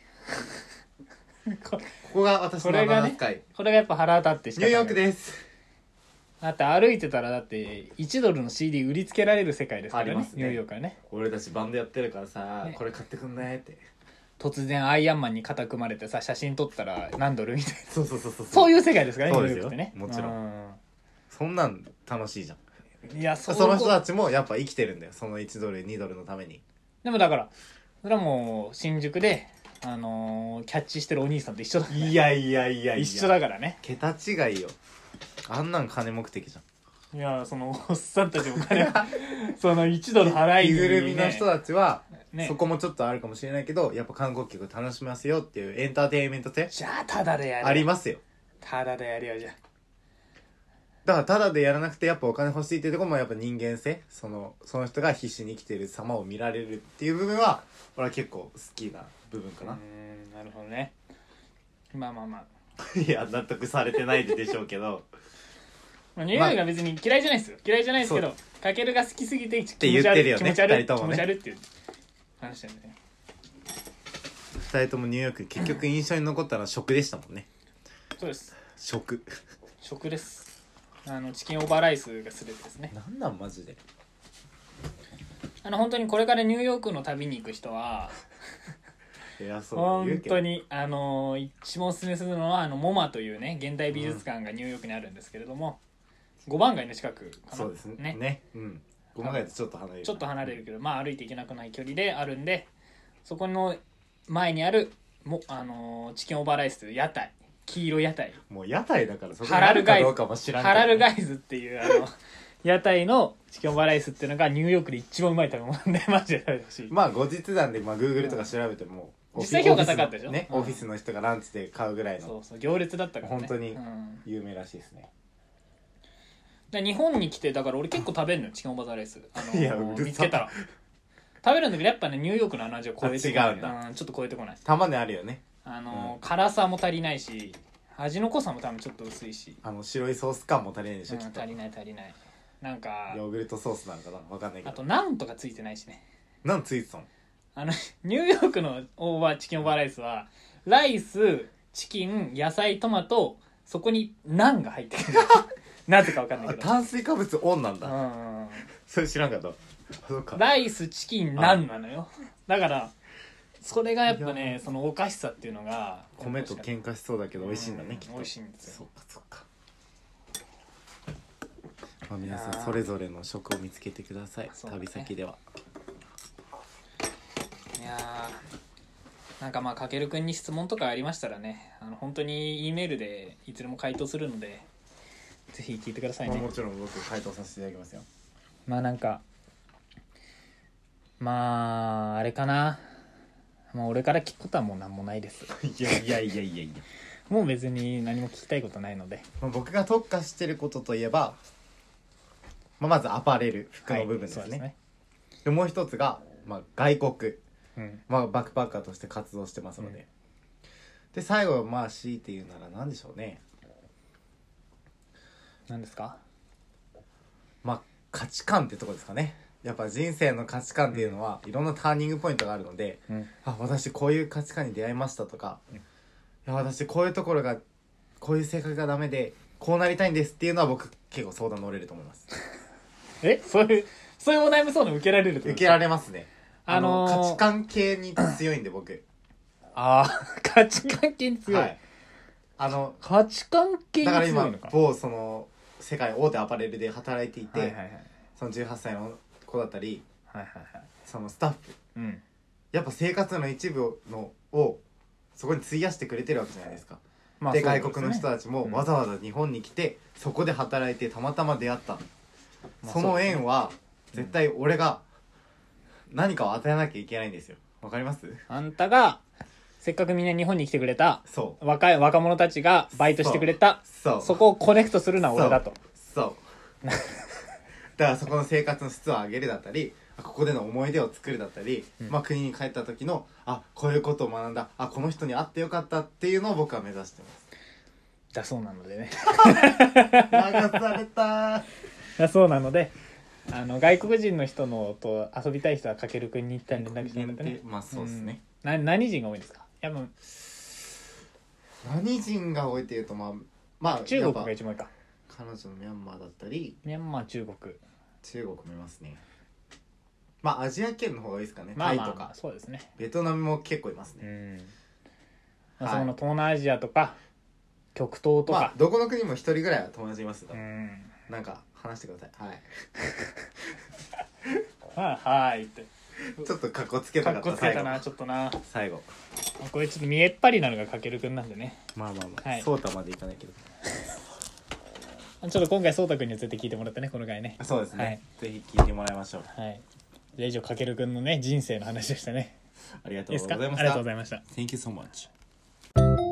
Speaker 1: こ, ここが私のアナザースカイ、
Speaker 2: ね、これがやっぱ腹立ってしか
Speaker 1: ニューヨークです。
Speaker 2: だって歩いてたらだっていちドルの シーディー 売りつけられる世界ですから ね,
Speaker 1: ありますね、
Speaker 2: ニューヨークはね。
Speaker 1: 俺たちバンドやってるからさ、ね、これ買ってくんないって
Speaker 2: 突然アイアンマンに肩組まれてさ写真撮ったら何ドルみたいな
Speaker 1: そうそうそうそう
Speaker 2: そういう世界ですからね、
Speaker 1: そうですよ
Speaker 2: ニューヨークってね。
Speaker 1: もちろん、うん、そんなん楽しいじゃん。
Speaker 2: いや
Speaker 1: そ, その人たちもやっぱ生きてるんだよ、そのいちドルにドルのために。
Speaker 2: でもだからそれはもう新宿であのー、キャッチしてるお兄さんと一緒だから、ね、
Speaker 1: いやいやいやいや
Speaker 2: 一緒だからね。
Speaker 1: 桁違いよ、あんなん金目的じゃん。
Speaker 2: いやそのおっさんたちお金そのいちドル払いに、ね、
Speaker 1: 着ぐるみの人たちは、
Speaker 2: ね、
Speaker 1: そこもちょっとあるかもしれないけど、やっぱ観光客楽しみますよっていうエンターテインメント性
Speaker 2: じゃあタダでやる
Speaker 1: ありますよ。
Speaker 2: タダでやるよじゃあ
Speaker 1: だからただでやらなくてやっぱお金欲しいっていうところもやっぱ人間性、そのその人が必死に生きてる様を見られるっていう部分は俺は結構好きな部分かな。
Speaker 2: うーんなるほどね。まあまあまあ
Speaker 1: いや納得されてないでしょうけど
Speaker 2: まあ、ニューヨークが別に嫌いじゃないですよ、嫌いじゃないですけど、かけるが好きすぎて気持ち悪い、
Speaker 1: って言ってるよね
Speaker 2: 気持ち悪い、
Speaker 1: 二人ともね
Speaker 2: 気持ち悪いっていう話だよね。
Speaker 1: ふたりともニューヨーク結局印象に残ったのは食でしたもんね。
Speaker 2: そうです、
Speaker 1: 食
Speaker 2: 食です。あのチキンオーバーライスが全てですね。
Speaker 1: なんなんマジで。
Speaker 2: あの本当にこれからニューヨークの旅に行く人はい
Speaker 1: やそう
Speaker 2: 本
Speaker 1: 言うけど
Speaker 2: 当にあの一番おすすめするのはあのモマというね現代美術館がニューヨークにあるんですけれども、ごばん街の近くかな。
Speaker 1: そうですね
Speaker 2: ね
Speaker 1: ね、うんごまん街とちょっと離れる
Speaker 2: ちょっと離れるけど、まあ歩いていけなくない距離であるんで、そこの前にあるもあのーチキンオーバーライスという屋台、黄色屋台、
Speaker 1: もう屋台だからそこに
Speaker 2: ハラルガイズ
Speaker 1: あるかどうかも知らんけど
Speaker 2: ハラルガイズっていうあの屋台のチキンオーバーライスっていうのがニューヨークで一番うまい食べ物でマジで食べてほしい。
Speaker 1: まあ後日談で、まあ、Google とか調べても、
Speaker 2: うん実際評価高かったでしょ
Speaker 1: ね、
Speaker 2: うん
Speaker 1: オフィスの人がランチで買うぐらいの
Speaker 2: そうそう行列だったからね
Speaker 1: 本当に
Speaker 2: うん
Speaker 1: 有名らしいですね。
Speaker 2: で日本に来てだから俺結構食べるのよチキンオーバーライス、あのー
Speaker 1: いやうるさ
Speaker 2: 見つけたら食べるんだけどやっぱねニューヨークのあの味を超えてこない。
Speaker 1: あ違うんだ
Speaker 2: ちょっと超えてこない。
Speaker 1: たまにあるよね、
Speaker 2: あのー
Speaker 1: うん
Speaker 2: 辛さも足りないし味の濃さも多分ちょっと薄いし、
Speaker 1: あの白いソース感も足りないでしょ、
Speaker 2: うん
Speaker 1: きっと
Speaker 2: 足りない足りない。なんか
Speaker 1: ヨーグルトソースなのかなわかんないけど。
Speaker 2: あとナンとかついてないしね。
Speaker 1: なんついてたの。
Speaker 2: あのニューヨークのオーバーチキンオーバーライスはライスチキン野菜トマトそこにナンが入ってるなぜかわかんないけど
Speaker 1: 炭水化物オンなんだ、
Speaker 2: うん
Speaker 1: それ知らんかった。そうか
Speaker 2: ライスチキンナンなのよ。だからそれがやっぱねそのおかしさっていうのが
Speaker 1: 米と喧嘩しそうだけど美味しいんだね、きっと。
Speaker 2: 美味しいんですよ。
Speaker 1: そうかそうか、まあ、皆さんそれぞれの食を見つけてください、
Speaker 2: そうだね
Speaker 1: 旅先では。
Speaker 2: いやーなんかまあかけるくんに質問とかありましたらね、あの本当に E メールでいつでも回答するのでぜひ聞いてくださいね。
Speaker 1: まあ、もちろん僕回答させていただきますよ。
Speaker 2: まあなんかまああれかな、まあ俺から聞くことはもう何もないです。
Speaker 1: いやいやいやいやいや
Speaker 2: もう別に何も聞きたいことないので、
Speaker 1: まあ僕が特化してることといえば、まあ、まずアパレル服の部分ですね、
Speaker 2: はいそうですね。
Speaker 1: でもう一つが、まあ、外国、
Speaker 2: うん
Speaker 1: まあ、バックパッカーとして活動してますので、
Speaker 2: うん
Speaker 1: で最後はまあ強いて言うなら何でしょうね、
Speaker 2: 何ですか。
Speaker 1: まあ価値観ってとこですかね。やっぱ人生の価値観っていうのはいろんなターニングポイントがあるので、
Speaker 2: うん
Speaker 1: あ私こういう価値観に出会いましたとか、
Speaker 2: うん
Speaker 1: いや私こういうところがこういう性格がダメでこうなりたいんですっていうのは僕結構相談乗れると思います。
Speaker 2: えそういうそういうお悩み相談受けられるってこと
Speaker 1: 受けられますね。あの、
Speaker 2: あのー
Speaker 1: 価値観系に強いんで僕。
Speaker 2: ああ価値観系に強い、
Speaker 1: はい。あの
Speaker 2: 価値観系に
Speaker 1: だから今
Speaker 2: 強いのか。
Speaker 1: 某その世界大手アパレルで働いていて、
Speaker 2: はいはいはい
Speaker 1: そのじゅうはっさいの子だったり
Speaker 2: はいはいはい
Speaker 1: そのスタッフ
Speaker 2: うん
Speaker 1: やっぱ生活の一部のをそこに費やしてくれてるわけじゃないですか。
Speaker 2: まあ
Speaker 1: で
Speaker 2: そうすね
Speaker 1: 外国の人たちも
Speaker 2: うん
Speaker 1: わざわざ日本に来てそこで働いてたまたま出会った、
Speaker 2: まあ
Speaker 1: その縁は
Speaker 2: そうですね
Speaker 1: 絶対俺が何かを与えなきゃいけないんですよ。わかります？
Speaker 2: あんたがせっかくみんな日本に来てくれた
Speaker 1: そう
Speaker 2: 若い若者たちがバイトしてくれた
Speaker 1: そう
Speaker 2: そこをコネクトするのは俺だと。
Speaker 1: そうだからそこの生活の質を上げるだったりここでの思い出を作るだったり、
Speaker 2: うん
Speaker 1: まあ、国に帰った時のあこういうことを学んだあこの人に会ってよかったっていうのを僕は目指してます。
Speaker 2: だそうなのでね
Speaker 1: 流された
Speaker 2: だそうなのであの外国人の人のと遊びたい人はかけるくんに一旦連絡してもらってね。
Speaker 1: まあそうですね、
Speaker 2: うんな何人が多いんですか。やっぱ
Speaker 1: 何人が多いっていうとまあまあ
Speaker 2: 中国
Speaker 1: やっぱ
Speaker 2: が一番多いか。
Speaker 1: 彼女のミャンマーだったり
Speaker 2: ミャンマー中国
Speaker 1: 中国もいますね。まあアジア圏の方がいいですかね、
Speaker 2: まあまあ、
Speaker 1: タイとか
Speaker 2: まあ、そうですね。
Speaker 1: ベトナムも結構いますね、
Speaker 2: うん、
Speaker 1: はい
Speaker 2: その東南アジアとか極東とか、
Speaker 1: まあどこの国も一人ぐらいは友達いますよ、
Speaker 2: うん
Speaker 1: なんか話してください。はい
Speaker 2: はいはいって
Speaker 1: ちょっとカッコつけ
Speaker 2: か
Speaker 1: たかった
Speaker 2: っこつけた
Speaker 1: 最後
Speaker 2: なちょっとな。
Speaker 1: 最後
Speaker 2: これちょっと見えっ張りなのがかけるくんなんでね。
Speaker 1: まあまあまあ、
Speaker 2: はい
Speaker 1: ソータまでいかないけど
Speaker 2: ちょっと今回そうたくんについて聞いてもらってねこの回ね。
Speaker 1: そうですね、
Speaker 2: はい
Speaker 1: ぜひ聞いてもらいましょう。
Speaker 2: はい。じゃあ以上かけるくんのね人生の話でしたね。
Speaker 1: ありがと
Speaker 2: いいうですか。あり
Speaker 1: ございました。
Speaker 2: がとうございました。
Speaker 1: Thank you so much.